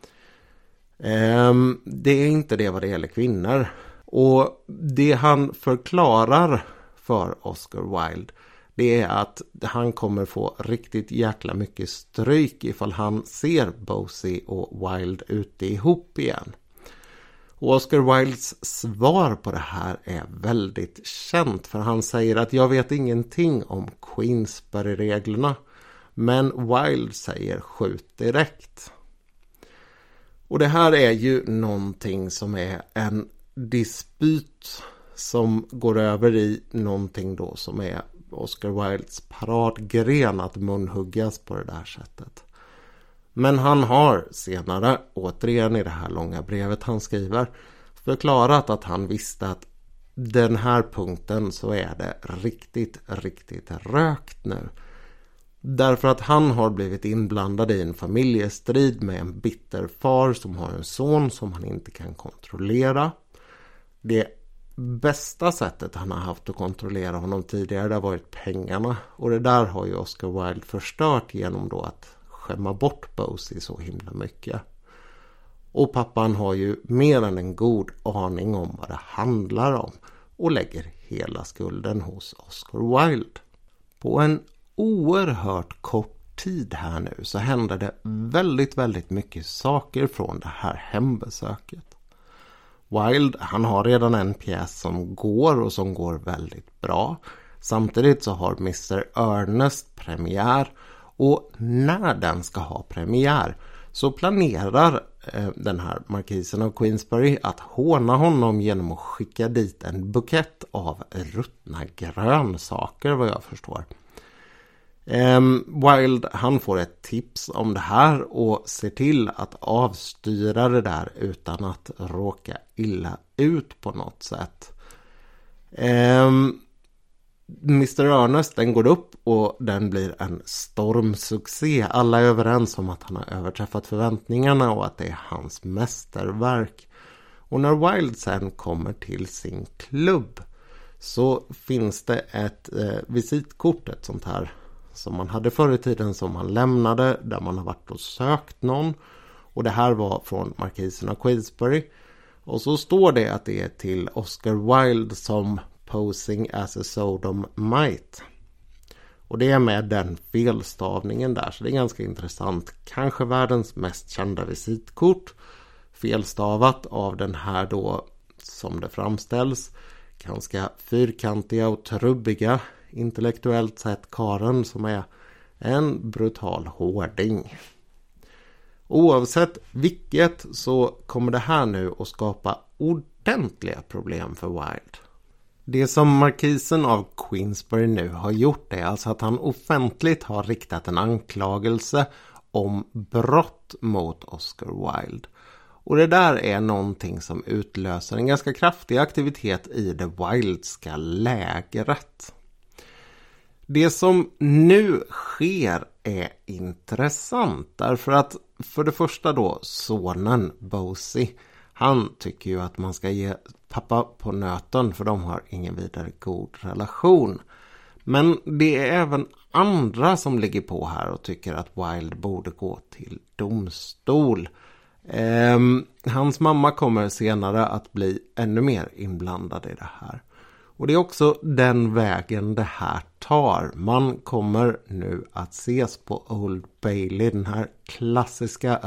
Det är inte det vad det gäller kvinnor. Och det han förklarar för Oscar Wilde, det är att han kommer få riktigt jäkla mycket stryk ifall han ser Bosie och Wilde ute ihop igen. Och Oscar Wildes svar på det här är väldigt känt, för han säger att jag vet ingenting om Queensberry-reglerna, men Wilde säger skjut direkt. Och det här är ju någonting som är en dispyt som går över i någonting då som är Oscar Wildes paradgren, att munhuggas på det där sättet. Men han har senare, återigen i det här långa brevet han skriver, förklarat att han visste att den här punkten så är det riktigt rökt nu. Därför att han har blivit inblandad i en familjestrid med en bitter far som har en son som han inte kan kontrollera. Det bästa sättet han har haft att kontrollera honom tidigare har varit pengarna. Och det där har ju Oscar Wilde förstört genom då att skämma bort Bosie så himla mycket. Och pappan har ju mer än en god aning om vad det handlar om och lägger hela skulden hos Oscar Wilde. På en oerhört kort tid här nu så händer det väldigt mycket saker från det här hembesöket. Wilde, han har redan en pjäs som går och som går väldigt bra. Samtidigt så har Mr. Ernest premiär, och när den ska ha premiär så planerar den här markisen av Queensberry att håna honom genom att skicka dit en bukett av ruttna grönsaker, vad jag förstår. Wilde, han får ett tips om det här och ser till att avstyra det där utan att råka illa ut på något sätt. Mr. Ernest, den går upp och den blir en stormsuccé. Alla är överens om att han har överträffat förväntningarna och att det är hans mästerverk. Och när Wilde sen kommer till sin klubb så finns det ett visitkort, ett sånt här som man hade förr i tiden som man lämnade där man har varit och sökt någon. Och det här var från markisen av Queensberry. Och så står det att det är till Oscar Wilde som posing as a sodomite. Och det är med den felstavningen där, så det är ganska intressant. Kanske världens mest kända visitkort. Felstavat av den här då, som det framställs, ganska fyrkantiga och trubbiga, intellektuellt sett karen som är en brutal hårding. Oavsett vilket så kommer det här nu att skapa ordentliga problem för Wilde. Det som markisen av Queensberry nu har gjort är alltså att han offentligt har riktat en anklagelse om brott mot Oscar Wilde. Och det där är någonting som utlöser en ganska kraftig aktivitet i det Wildska lägret. Det som nu sker är intressant därför att för det första då sonen Bosie, han tycker ju att man ska ge pappa på nöten för de har ingen vidare god relation. Men det är även andra som ligger på här och tycker att Wilde borde gå till domstol. Hans mamma kommer senare att bli ännu mer inblandad i det här. Och det är också den vägen det här tar. Man kommer nu att ses på Old Bailey, den här klassiska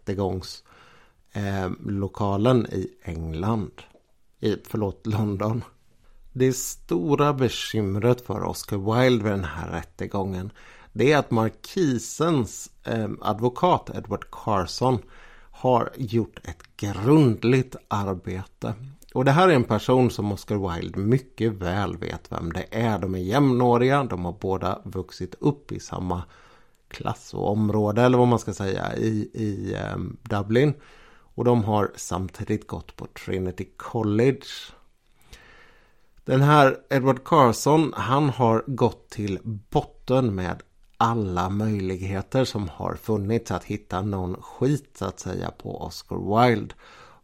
rättegångslokalen i England. London. Det stora bekymret för Oscar Wilde vid den här rättegången, det är att markisens advokat Edward Carson har gjort ett grundligt arbete. Och det här är en person som Oscar Wilde mycket väl vet vem det är. De är jämnåriga, de har båda vuxit upp i samma klass och område, eller vad man ska säga, i Dublin. Och de har samtidigt gått på Trinity College. Den här Edward Carson, han har gått till botten med alla möjligheter som har funnits att hitta någon skit att säga på Oscar Wilde.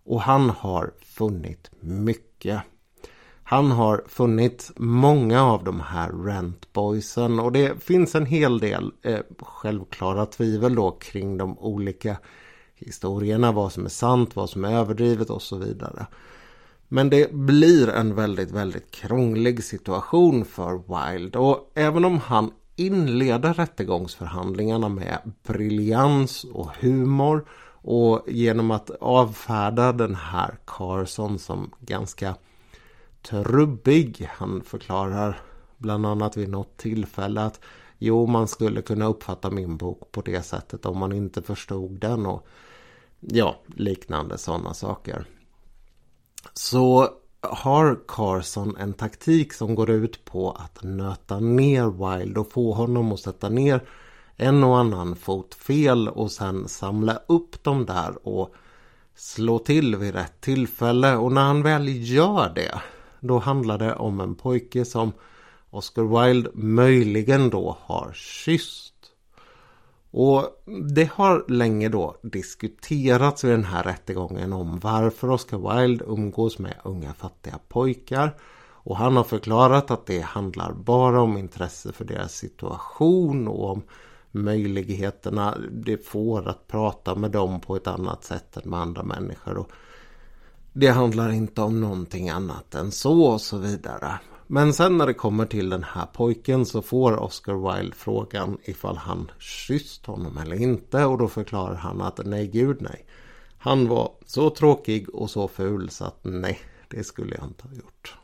Och han har funnit mycket. Han har funnit många av de här rentboysen och det finns en hel del självklara tvivel då kring de olika historierna, vad som är sant, vad som är överdrivet och så vidare. Men det blir en väldigt, väldigt krånglig situation för Wilde och även om han inleder rättegångsförhandlingarna med briljans och humor och genom att avfärda den här Carson som ganska trubbig. Han förklarar bland annat vid något tillfälle att man skulle kunna uppfatta min bok på det sättet om man inte förstod den och liknande sådana saker. Så har Carson en taktik som går ut på att nöta ner Wilde och få honom att sätta ner en och annan fot fel och sen samla upp dem där och slå till vid rätt tillfälle. Och när han väl gör det, då handlar det om en pojke som Oscar Wilde möjligen då har kysst. Och det har länge då diskuterats vid den här rättegången om varför Oscar Wilde umgås med unga fattiga pojkar. Och han har förklarat att det handlar bara om intresse för deras situation och om möjligheterna det får att prata med dem på ett annat sätt än med andra människor. Och det handlar inte om någonting annat än så och så vidare. Men sen när det kommer till den här pojken så får Oscar Wilde frågan ifall han kysst honom eller inte. Och då förklarar han att nej gud nej. Han var så tråkig och så ful så att nej, det skulle jag inte ha gjort.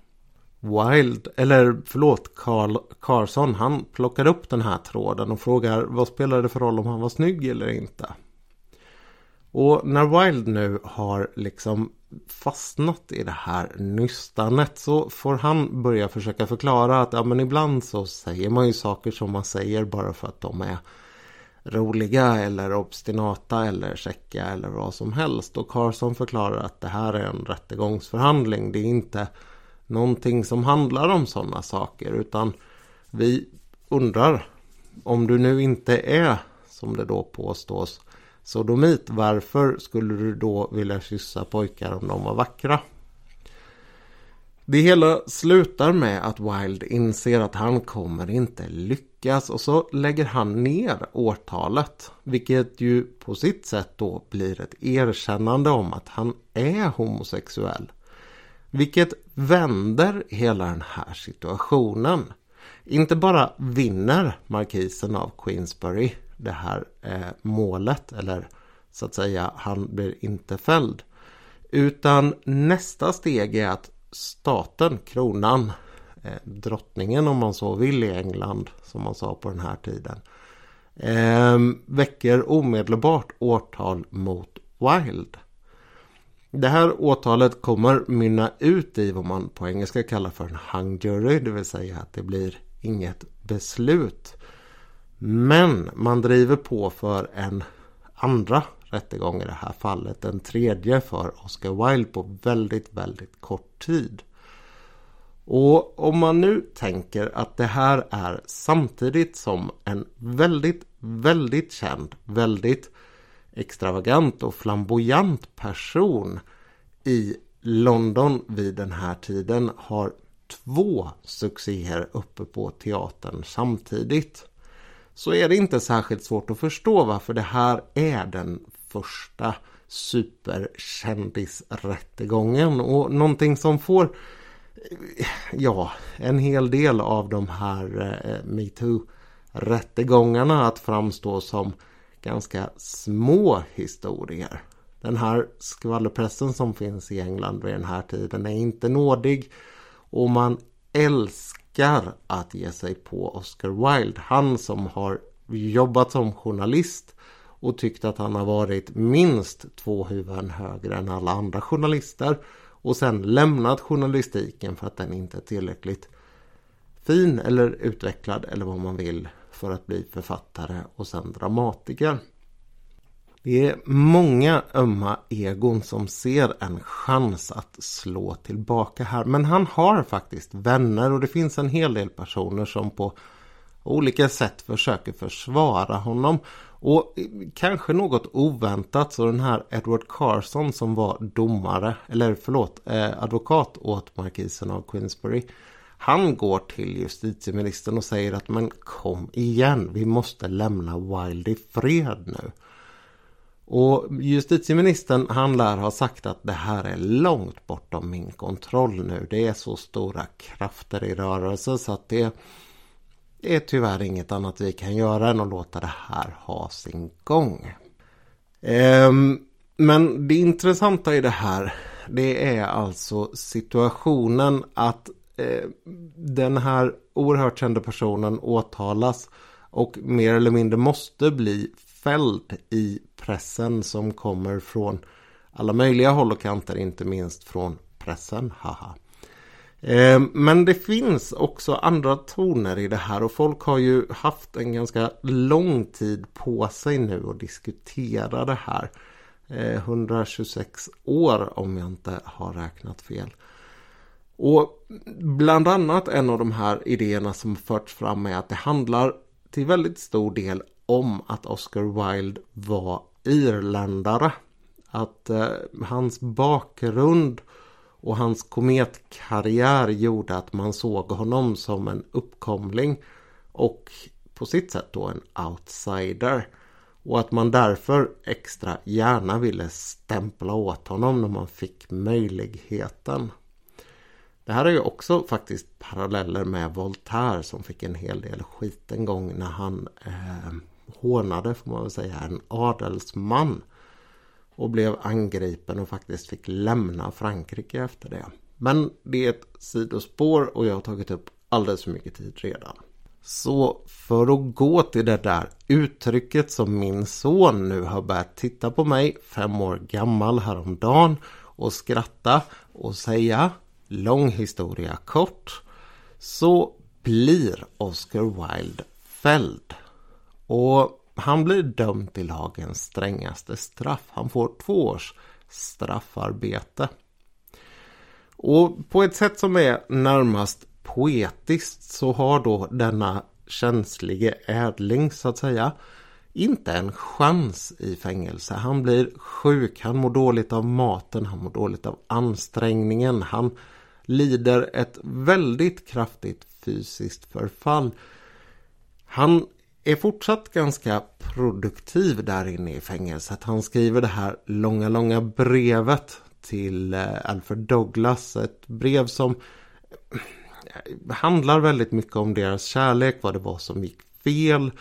Carson, han plockar upp den här tråden och frågar vad spelar det för roll om han var snygg eller inte. Och när Wilde nu har liksom fastnat i det här nystanet så får han börja försöka förklara att men ibland så säger man ju saker som man säger bara för att de är roliga eller obstinata eller käcka eller vad som helst. Och Carson förklarar att det här är en rättegångsförhandling. Det är inte någonting som handlar om sådana saker utan vi undrar om du nu inte är, som det då påstås, sodomit, varför skulle du då vilja kyssa pojkar om de var vackra? Det hela slutar med att Wilde inser att han kommer inte lyckas och så lägger han ner årtalet, vilket ju på sitt sätt då blir ett erkännande om att han är homosexuell. Vilket vänder hela den här situationen. Inte bara vinner markisen av Queensberry det här målet, eller så att säga han blir inte fälld, utan nästa steg är att staten, kronan, drottningen om man så vill i England som man sa på den här tiden, väcker omedelbart åtal mot Wilde. Det här åtalet kommer mynna ut i vad man på engelska kallar för en hung jury, det vill säga att det blir inget beslut. Men man driver på för en andra rättegång i det här fallet, en tredje för Oscar Wilde på väldigt, väldigt kort tid. Och om man nu tänker att det här är samtidigt som en väldigt, väldigt känd, väldigt extravagant och flamboyant person i London vid den här tiden har 2 succéer uppe på teatern samtidigt, så är det inte särskilt svårt att förstå varför det här är den första superkändisrättegången och någonting som får en hel del av de här MeToo-rättegångarna att framstå som ganska små historier. Den här skvallerpressen som finns i England vid den här tiden är inte nådig och man älskar att ge sig på Oscar Wilde. Han som har jobbat som journalist och tyckt att han har varit minst 2 huvuden högre än alla andra journalister och sen lämnat journalistiken för att den inte är tillräckligt fin eller utvecklad eller vad man vill för att bli författare och sen dramatiker. Det är många ömma egon som ser en chans att slå tillbaka här. Men han har faktiskt vänner och det finns en hel del personer som på olika sätt försöker försvara honom. Och kanske något oväntat så den här Edward Carson som var advokat åt markisen av Queensberry. Han går till justitieministern och säger att men kom igen, vi måste lämna Wilde i fred nu. Och justitieministern han lär ha sagt att det här är långt bortom min kontroll nu. Det är så stora krafter i rörelse så att det är tyvärr inget annat vi kan göra än att låta det här ha sin gång. Men det intressanta i det här, det är alltså situationen att den här oerhört kända personen åtalas och mer eller mindre måste bli fälld i pressen som kommer från alla möjliga håll och kanter, inte minst från pressen, haha. Men det finns också andra toner i det här och folk har ju haft en ganska lång tid på sig nu att diskutera det här. 126 år om jag inte har räknat fel. Och bland annat en av de här idéerna som förts fram är att det handlar till väldigt stor del om att Oscar Wilde var irländare. Att hans bakgrund och hans kometkarriär gjorde att man såg honom som en uppkomling och på sitt sätt då en outsider. Och att man därför extra gärna ville stämpla åt honom när man fick möjligheten. Det här är ju också faktiskt paralleller med Voltaire som fick en hel del skit en gång när han hånade, får man väl säga, en adelsman. Och blev angripen och faktiskt fick lämna Frankrike efter det. Men det är ett sidospår och jag har tagit upp alldeles för mycket tid redan. Så för att gå till det där uttrycket som min son nu har börjat titta på mig, 5 år gammal häromdagen, och skratta och säga lång historia kort, så blir Oscar Wilde fälld. Och han blir dömd till lagens strängaste straff. Han får 2 års straffarbete. Och på ett sätt som är närmast poetiskt så har då denna känslige ädling så att säga inte en chans i fängelse. Han blir sjuk, han mår dåligt av maten, han mår dåligt av ansträngningen. Han lider ett väldigt kraftigt fysiskt förfall. Han är fortsatt ganska produktiv där inne i fängelset. Han skriver det här långa brevet till Alfred Douglas. Ett brev som handlar väldigt mycket om deras kärlek, vad det var som gick fel,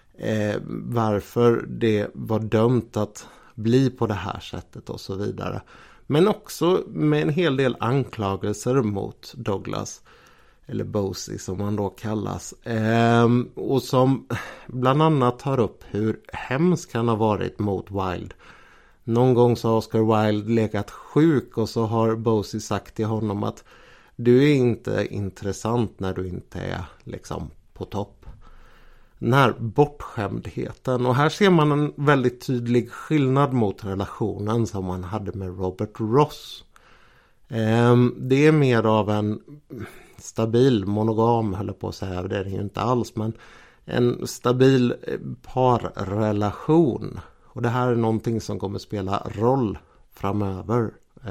varför det var dömt att bli på det här sättet och så vidare. Men också med en hel del anklagelser mot Douglas, eller Bosie som han då kallas, och som bland annat tar upp hur hemskt han har varit mot Wilde. Någon gång så har Oscar Wilde legat sjuk och så har Bosie sagt till honom att du är inte intressant när du inte är liksom på topp. Den här bortskämdheten. Och här ser man en väldigt tydlig skillnad mot relationen som man hade med Robert Ross. Det är mer av en stabil monogam, höll jag på att säga. Det är det ju inte alls, men en stabil parrelation. Och det här är någonting som kommer spela roll framöver.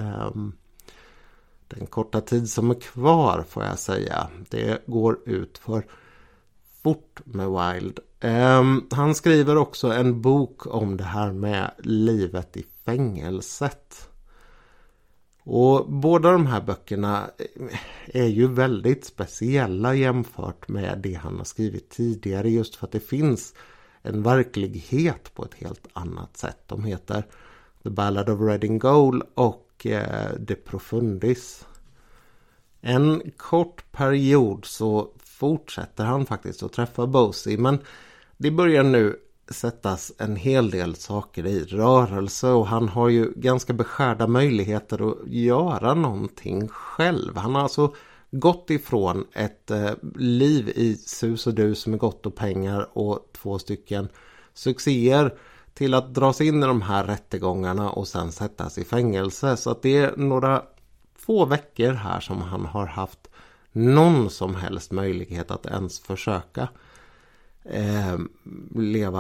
Den korta tid som är kvar får jag säga. Det går ut för fort med Wilde. Han skriver också en bok om det här med livet i fängelset. Och båda de här böckerna är ju väldigt speciella jämfört med det han har skrivit tidigare. Just för att det finns en verklighet på ett helt annat sätt. De heter The Ballad of Reading Gaol och De Profundis. En kort period så fortsätter han faktiskt att träffa Bosie, men det börjar nu sättas en hel del saker i rörelse och han har ju ganska beskärda möjligheter att göra någonting själv. Han har alltså gått ifrån ett liv i sus och dus med gott och pengar och 2 stycken succéer till att dras in i de här rättegångarna och sen sättas i fängelse. Så att det är några få veckor här som han har haft någon som helst möjlighet att ens försöka leva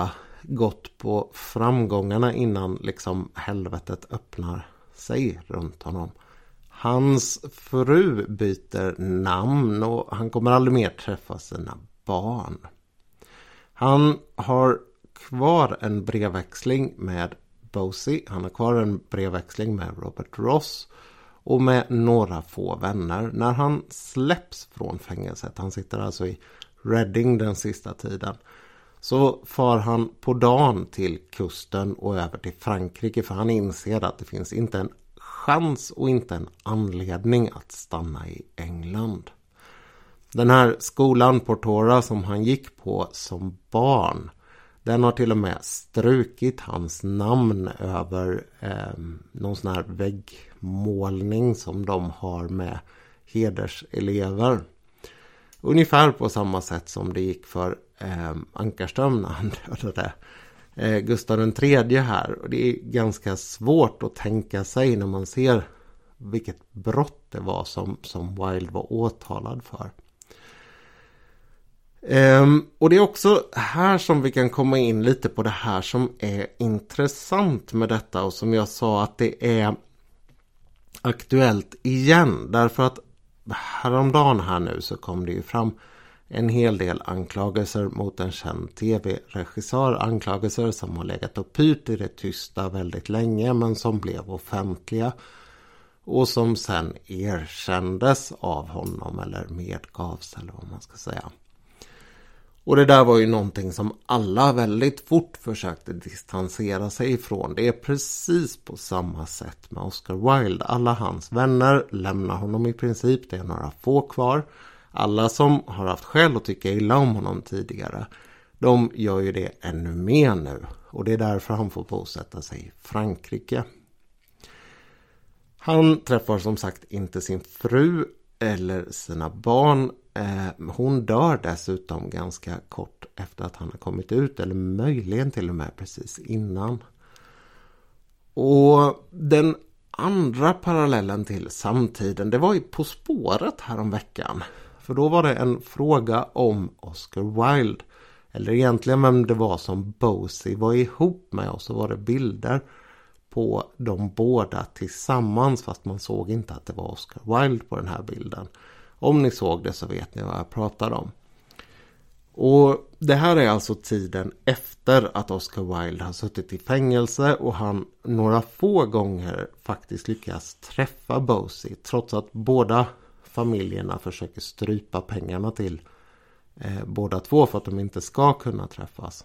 gått på framgångarna innan liksom helvetet öppnar sig runt honom. Hans fru byter namn och han kommer aldrig mer träffa sina barn. Han har kvar en brevväxling med Bosie. Han har kvar en brevväxling med Robert Ross och med några få vänner. När han släpps från fängelset, han sitter alltså i Reading den sista tiden, så far han på dagen till kusten och över till Frankrike, för han inser att det finns inte en chans och inte en anledning att stanna i England. Den här skolan Portora som han gick på som barn, den har till och med strukit hans namn över någon sån här väggmålning som de har med hederselever. Ungefär på samma sätt som det gick för Ankarström när han dödade Gustav III här. Och det är ganska svårt att tänka sig när man ser vilket brott det var som Wilde var åtalad för. Och det är också här som vi kan komma in lite på det här som är intressant med detta, och som jag sa att det är aktuellt igen, därför att häromdagen här nu så kom det ju fram en hel del anklagelser mot en känd tv-regissör, anklagelser som har legat och pyrt i det tysta väldigt länge men som blev offentliga och som sen erkändes av honom eller medgavs eller vad man ska säga. Och det där var ju någonting som alla väldigt fort försökte distansera sig ifrån. Det är precis på samma sätt med Oscar Wilde. Alla hans vänner lämnar honom i princip. Det är några få kvar. Alla som har haft skäl att tycka illa om honom tidigare, de gör ju det ännu mer nu. Och det är därför han får bosätta sig i Frankrike. Han träffar som sagt inte sin fru eller sina barn. Hon dör dessutom ganska kort efter att han har kommit ut, eller möjligen till och med precis innan. Och den andra parallellen till samtiden, det var ju På spåret här om veckan. För då var det en fråga om Oscar Wilde, eller egentligen vem det var som Bosie var ihop med, och så var det bilder på de båda tillsammans, fast man såg inte att det var Oscar Wilde på den här bilden. Om ni såg det så vet ni vad jag pratar om. Och det här är alltså tiden efter att Oscar Wilde har suttit i fängelse och han några få gånger faktiskt lyckas träffa Bosie, trots att båda familjerna försöker strypa pengarna till båda två för att de inte ska kunna träffas.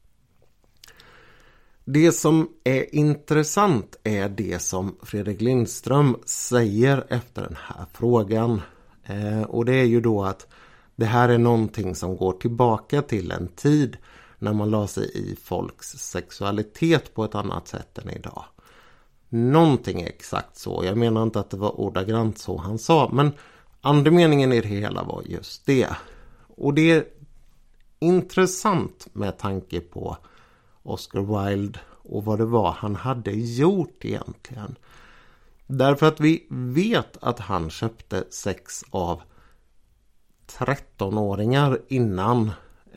Det som är intressant är det som Fredrik Lindström säger efter den här frågan. Och det är ju då att det här är någonting som går tillbaka till en tid när man la sig i folks sexualitet på ett annat sätt än idag. Någonting är exakt så. Jag menar inte att det var ordagrant så han sa, men andemeningen i det hela var just det. Och det är intressant med tanke på Oscar Wilde och vad det var han hade gjort egentligen. Därför att vi vet att han köpte sex av 13-åringar innan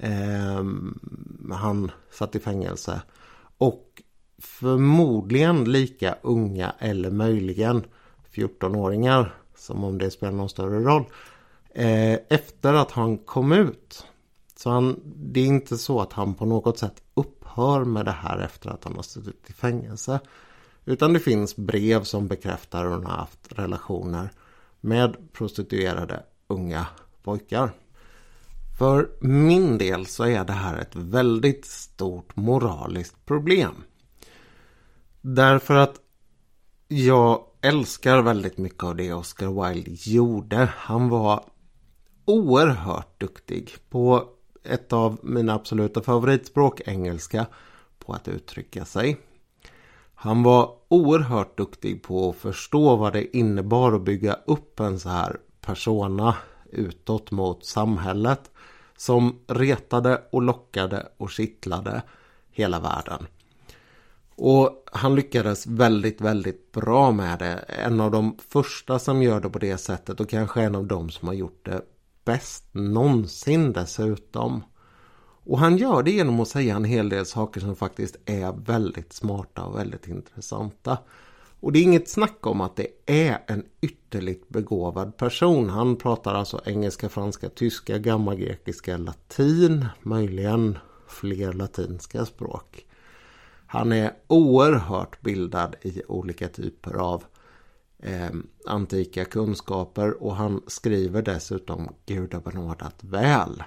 han satt i fängelse. Och förmodligen lika unga eller möjligen 14-åringar, som om det spelar någon större roll, efter att han kom ut. Så det är inte så att han på något sätt upphör med det här efter att han har suttit i fängelse. Utan det finns brev som bekräftar att han har haft relationer med prostituerade unga pojkar. För min del så är det här ett väldigt stort moraliskt problem. Därför att jag älskar väldigt mycket av det Oscar Wilde gjorde. Han var oerhört duktig på ett av mina absoluta favoritspråk, engelska, på att uttrycka sig. Han var oerhört duktig på att förstå vad det innebar att bygga upp en så här persona utåt mot samhället som retade och lockade och kittlade hela världen. Och han lyckades väldigt, väldigt bra med det. En av de första som gör det på det sättet, och kanske en av de som har gjort det bäst någonsin dessutom. Och han gör det genom att säga en hel del saker som faktiskt är väldigt smarta och väldigt intressanta. Och det är inget snack om att det är en ytterligt begåvad person. Han pratar alltså engelska, franska, tyska, gammalgrekiska, latin, möjligen fler latinska språk. Han är oerhört bildad i olika typer av antika kunskaper och han skriver dessutom gudabenådat väl.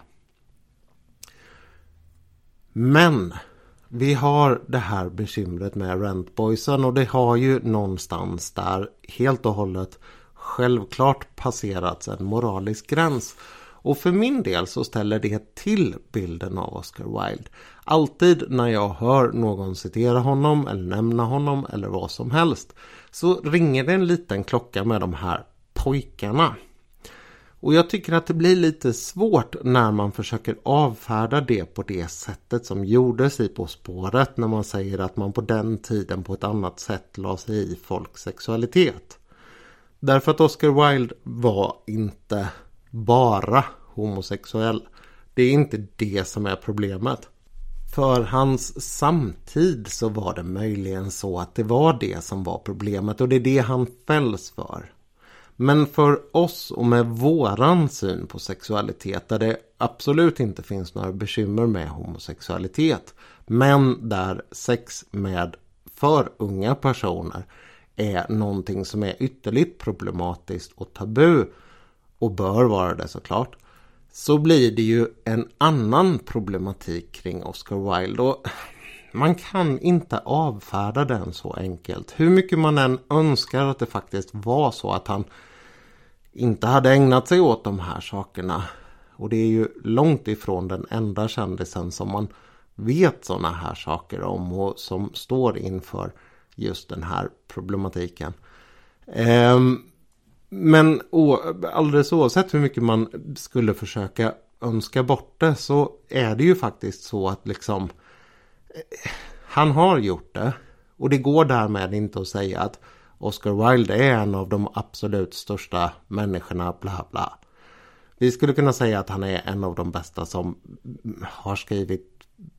Men vi har det här bekymret med rentboysen och det har ju någonstans där helt och hållet självklart passerats en moralisk gräns. Och för min del så ställer det till bilden av Oscar Wilde. Alltid när jag hör någon citera honom eller nämna honom eller vad som helst så ringer det en liten klocka med de här pojkarna. Och jag tycker att det blir lite svårt när man försöker avfärda det på det sättet som gjordes i På spåret när man säger att man på den tiden på ett annat sätt la sig i folks sexualitet. Därför att Oscar Wilde var inte bara homosexuell. Det är inte det som är problemet. För hans samtid så var det möjligen så att det var det som var problemet och det är det han fälls för. Men för oss och med våran syn på sexualitet där det absolut inte finns några bekymmer med homosexualitet men där sex med för unga personer är någonting som är ytterligt problematiskt och tabu och bör vara det såklart, så blir det ju en annan problematik kring Oscar Wilde och man kan inte avfärda den så enkelt. Hur mycket man än önskar att det faktiskt var så att han inte hade ägnat sig åt de här sakerna. Och det är ju långt ifrån den enda kändisen som man vet sådana här saker om och som står inför just den här problematiken. Men alldeles oavsett hur mycket man skulle försöka önska bort det så är det ju faktiskt så att liksom han har gjort det och det går därmed inte att säga att Oscar Wilde är en av de absolut största människorna bla bla. Vi skulle kunna säga att han är en av de bästa som har skrivit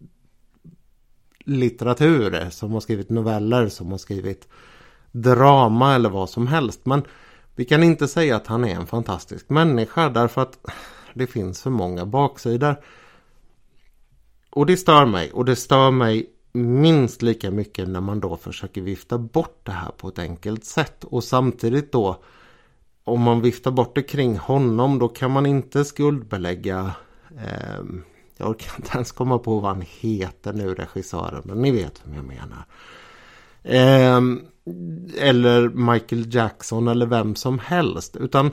litteratur, som har skrivit noveller, som har skrivit drama eller vad som helst. Men vi kan inte säga att han är en fantastisk människa därför att det finns för många baksidor. Och det stör mig. Och det stör mig minst lika mycket när man då försöker vifta bort det här på ett enkelt sätt. Och samtidigt då, om man viftar bort det kring honom, då kan man inte skuldbelägga... jag orkar inte ens komma på vad han heter nu, regissören, men ni vet vem jag menar. Eller Michael Jackson eller vem som helst. Utan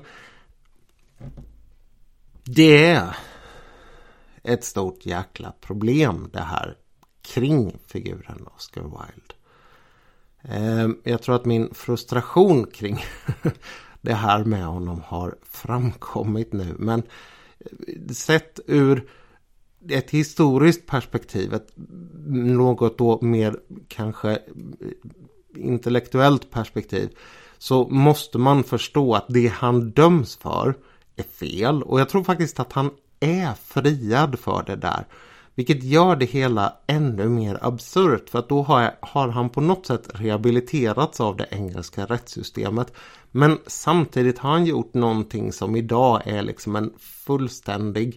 det är ett stort jäkla problem det här kring figuren Oscar Wilde. Jag tror att min frustration kring det här med honom har framkommit nu. Men sett ur ett historiskt perspektiv, ett något då mer kanske intellektuellt perspektiv, så måste man förstå att det han döms för är fel. Och jag tror faktiskt att han är friad för det där. Vilket gör det hela ännu mer absurt. För att då har han på något sätt rehabiliterats av det engelska rättssystemet. Men samtidigt har han gjort någonting som idag är liksom en fullständig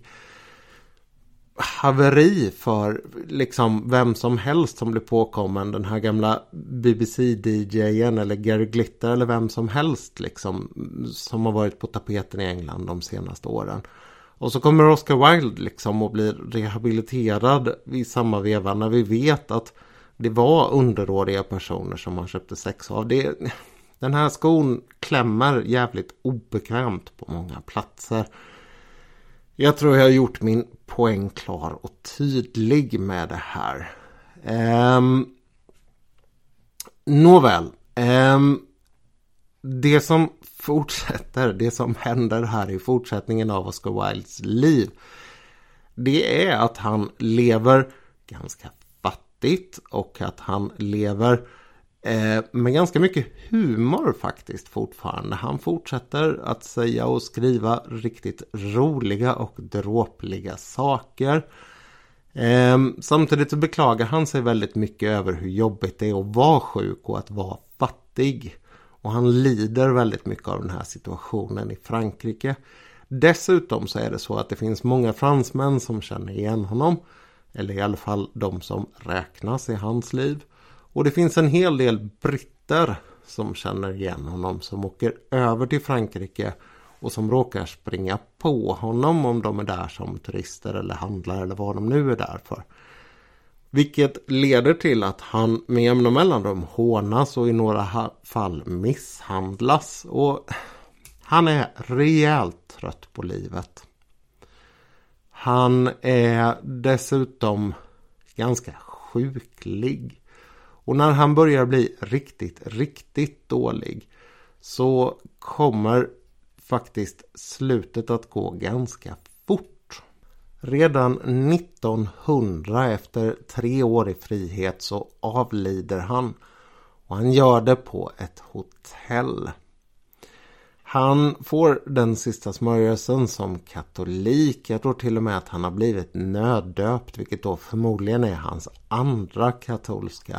haveri för liksom vem som helst som blir påkommen. Den här gamla BBC-DJ:en eller Gary Glitter eller vem som helst liksom, som har varit på tapeten i England de senaste åren. Och så kommer Oscar Wilde liksom att bli rehabiliterad i samma veva när vi vet att det var underåriga personer som man köpte sex av. Den här skon klämmer jävligt obekvämt på många platser. Jag tror jag har gjort min poäng klar och tydlig med det här. Nåväl. Det som fortsätter, det som händer här i fortsättningen av Oscar Wildes liv, det är att han lever ganska fattigt och att han lever med ganska mycket humor faktiskt fortfarande. Han fortsätter att säga och skriva riktigt roliga och dråpliga saker. Samtidigt så beklagar han sig väldigt mycket över hur jobbigt det är att vara sjuk och att vara fattig. Och han lider väldigt mycket av den här situationen i Frankrike. Dessutom så är det så att det finns många fransmän som känner igen honom. Eller i alla fall de som räknas i hans liv. Och det finns en hel del britter som känner igen honom, som åker över till Frankrike och som råkar springa på honom om de är där som turister eller handlare eller vad de nu är där för. Vilket leder till att han med jämna mellanrum hånas och i några fall misshandlas. Och han är rejält trött på livet. Han är dessutom ganska sjuklig. Och när han börjar bli riktigt dålig så kommer faktiskt slutet att gå ganska fort. Redan 1900, efter 3 år i frihet, så avlider han. Och han gör det på ett hotell. Han får den sista smörjelsen som katolik. Jag tror till och med att han har blivit nöddöpt, vilket då förmodligen är hans andra katolska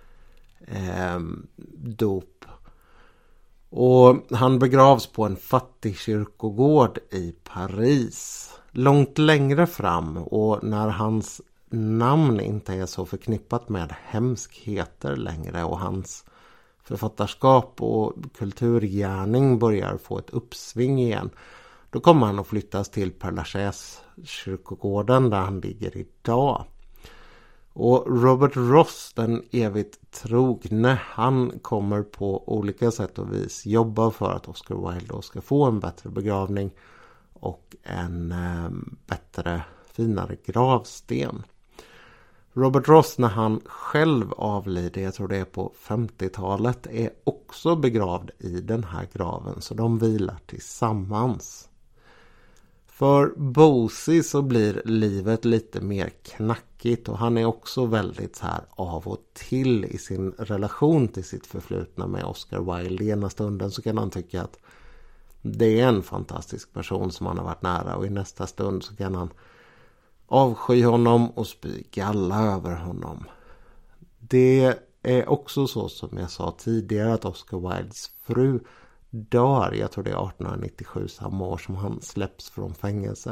dop. Och han begravs på en fattig kyrkogård i Paris. Långt längre fram, och när hans namn inte är så förknippat med hemskheter längre och hans författarskap och kulturgärning börjar få ett uppsving igen, då kommer han att flyttas till Père Lachaise kyrkogården där han ligger idag. Och Robert Ross, den evigt trogne, han kommer på olika sätt och vis jobba för att Oscar Wilde då ska få en bättre begravning och en bättre, finare gravsten. Robert Ross, när han själv avlider, jag tror det är på 50-talet, är också begravd i den här graven, så de vilar tillsammans. För Bosie så blir livet lite mer knackigt och han är också väldigt så här av och till i sin relation till sitt förflutna med Oscar Wilde. I ena stunden så kan han tycka att det är en fantastisk person som han har varit nära, och i nästa stund så kan han avsky honom och spy galla över honom. Det är också så som jag sa tidigare att Oscar Wildes fru dör, jag tror det är 1897, samma år som han släpps från fängelse.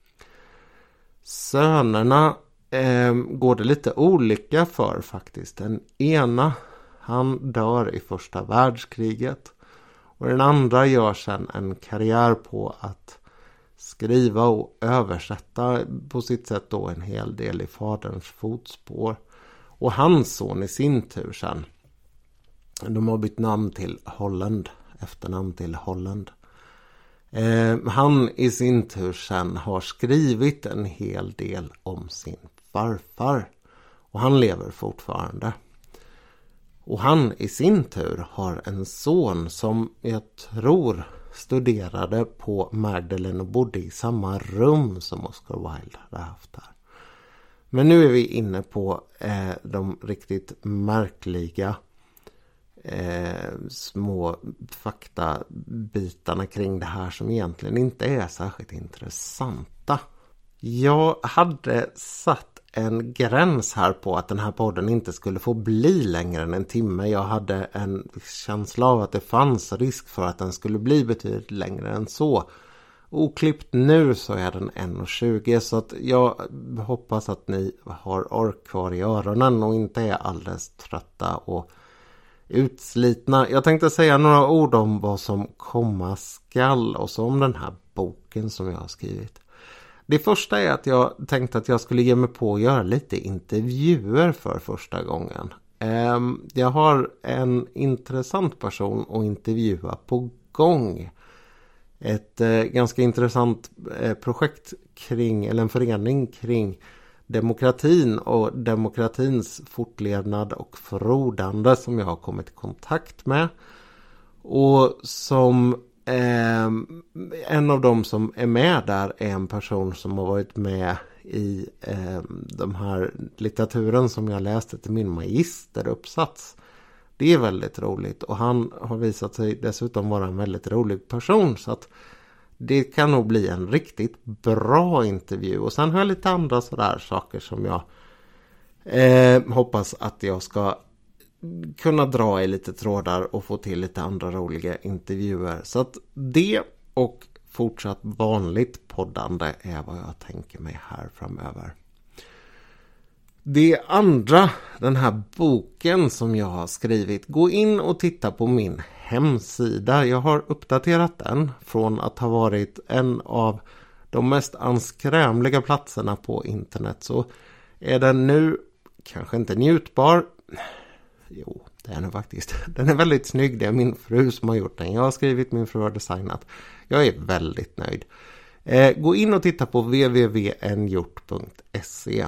Sönerna går det lite olika för faktiskt. Den ena, han dör i första världskriget, och den andra gör sedan en karriär på att skriva och översätta på sitt sätt då en hel del i faderns fotspår. Och hans son i sin tur sen, de har bytt namn till Holland, efternamn till Holland. Han i sin tur sen har skrivit en hel del om sin farfar, och han lever fortfarande. Och han i sin tur har en son som jag tror studerade på Magdalen och bodde i samma rum som Oscar Wilde hade haft här. Men nu är vi inne på de riktigt märkliga små faktabitarna kring det här som egentligen inte är särskilt intressanta. Jag hade satt en gräns här på att den här podden inte skulle få bli längre än en timme. Jag hade en känsla av att det fanns risk för att den skulle bli betydligt längre än så. Oklippt nu så är den 1:20, så att jag hoppas att ni har ork kvar i öronen och inte är alldeles trötta och utslitna. Jag tänkte säga några ord om vad som komma skall och så om den här boken som jag har skrivit. Det första är att jag tänkte att jag skulle ge mig på att göra lite intervjuer för första gången. Jag har en intressant person att intervjua på gång. Ett ganska intressant projekt kring, eller en förening kring demokratin och demokratins fortlevnad och förrodande som jag har kommit i kontakt med. Och som en av dem som är med där är en person som har varit med i de här litteraturen som jag läste till min magisteruppsats. Det är väldigt roligt, och han har visat sig dessutom vara en väldigt rolig person, så att det kan nog bli en riktigt bra intervju. Och sen har jag lite andra sådär saker som jag hoppas att jag ska kunna dra i lite trådar och få till lite andra roliga intervjuer. Så att det och fortsatt vanligt poddande är vad jag tänker mig här framöver. Det andra, den här boken som jag har skrivit, gå in och titta på min hemsida. Jag har uppdaterat den från att ha varit en av de mest anskrämliga platserna på internet, så är den nu kanske inte njutbar. Jo, det är den faktiskt. Den är väldigt snygg. Det är min fru som har gjort den. Jag har skrivit, min fru har designat. Jag är väldigt nöjd. Gå in och titta på www.njort.se.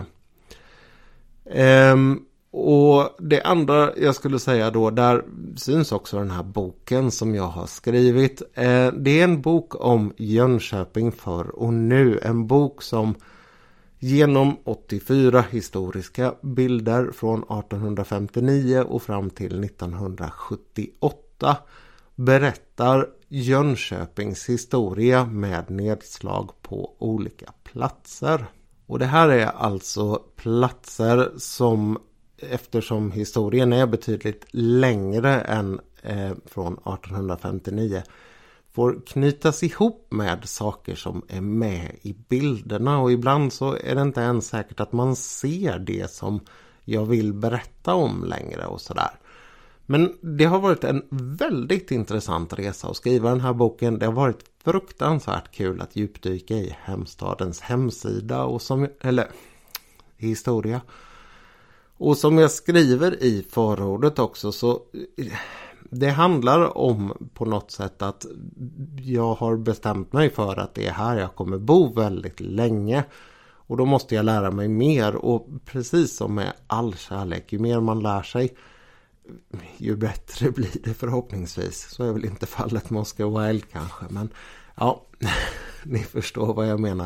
Och det andra jag skulle säga då, där syns också den här boken som jag har skrivit. Det är en bok om Jönköping förr och nu. En bok som genom 84 historiska bilder från 1859 och fram till 1978 berättar Jönköpings historia med nedslag på olika platser. Och det här är alltså platser som, eftersom historien är betydligt längre än från 1859, får knytas ihop med saker som är med i bilderna. Och ibland så är det inte ens säkert att man ser det som jag vill berätta om längre och sådär. Men det har varit en väldigt intressant resa att skriva den här boken. Det har varit fruktansvärt kul att djupdyka i hemstadens hemsida och historia. Och som jag skriver i förordet också, så det handlar om på något sätt att jag har bestämt mig för att det är här jag kommer bo väldigt länge. Och då måste jag lära mig mer, och precis som med all kärlek, ju mer man lär sig, ju bättre blir det förhoppningsvis. Så är väl inte fallet med Oscar Wilde kanske, men ja, ni förstår vad jag menar.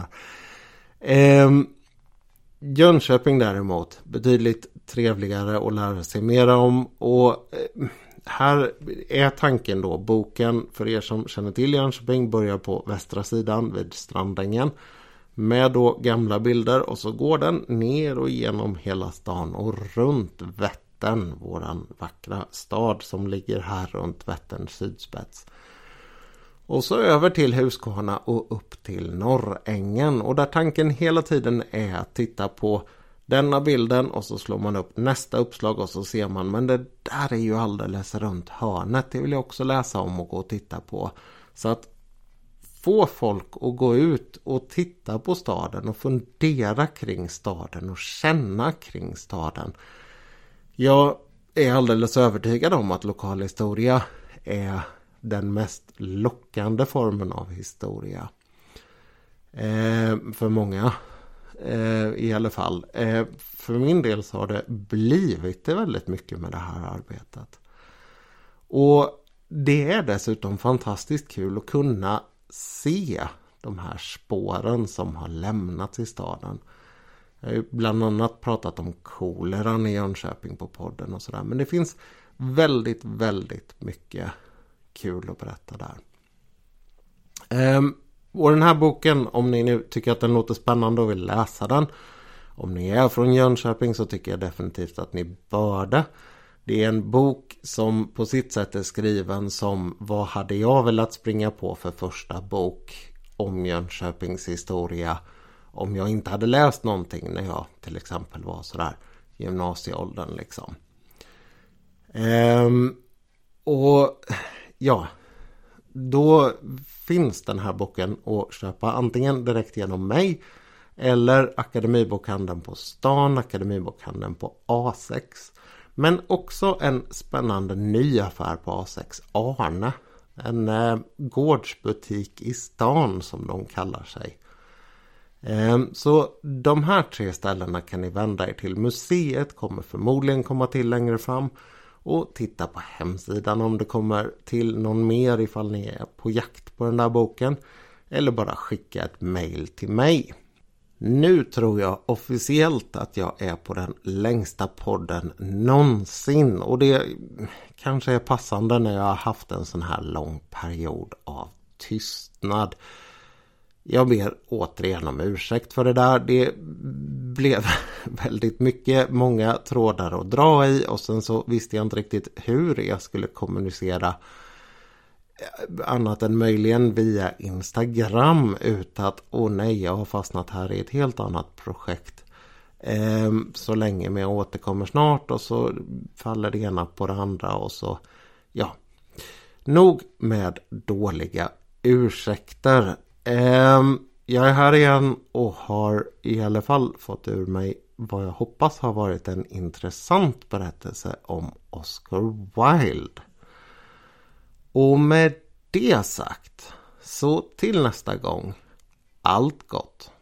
Jönköping däremot, betydligt trevligare att lära sig mer om, och här är tanken då, boken för er som känner till Jönköping börjar på västra sidan vid Strandängen med då gamla bilder, och så går den ner och igenom hela stan och runt Vättern, våran vackra stad som ligger här runt Vätterns sydspets. Och så över till Huskvarna och upp till Norrängen, och där tanken hela tiden är att titta på denna bilden och så slår man upp nästa uppslag och så ser man, men det där är ju alldeles runt hörnet. Det vill jag också läsa om och gå och titta på. Så att få folk att gå ut och titta på staden och fundera kring staden och känna kring staden. Jag är alldeles övertygad om att lokalhistoria är den mest lockande formen av historia. För många i alla fall. För min del så har det blivit det väldigt mycket med det här arbetet. Och det är dessutom fantastiskt kul att kunna se de här spåren som har lämnats i staden. Jag har ju bland annat pratat om koleran i Jönköping på podden och sådär. Men det finns väldigt, väldigt mycket kul att berätta där. Och den här boken, om ni nu tycker att den låter spännande och vill läsa den, om ni är från Jönköping så tycker jag definitivt att ni bör det. Det är en bok som på sitt sätt är skriven som vad hade jag velat springa på för första bok om Jönköpings historia om jag inte hade läst någonting när jag till exempel var sådär gymnasieåldern liksom. Och ja, då finns den här boken att köpa antingen direkt genom mig eller Akademibokhandeln på stan, Akademibokhandeln på A6. Men också en spännande ny affär på A6, Arne. En gårdsbutik i stan som de kallar sig. Så de här 3 ställena kan ni vända er till. Museet kommer förmodligen komma till längre fram. Och titta på hemsidan om det kommer till någon mer ifall ni är på jakt på den där boken. Eller bara skicka ett mejl till mig. Nu tror jag officiellt att jag är på den längsta podden någonsin. Och det kanske är passande när jag har haft en sån här lång period av tystnad. Jag ber återigen om ursäkt för det där. Det blev väldigt mycket, många trådar att dra i och sen så visste jag inte riktigt hur jag skulle kommunicera annat än möjligen via Instagram utan att nej, jag har fastnat här i ett helt annat projekt. Så länge, men jag återkommer snart och så faller det ena på det andra och så nog med dåliga ursäkter. Jag är här igen och har i alla fall fått ur mig vad jag hoppas har varit en intressant berättelse om Oscar Wilde. Och med det sagt, så till nästa gång, allt gott!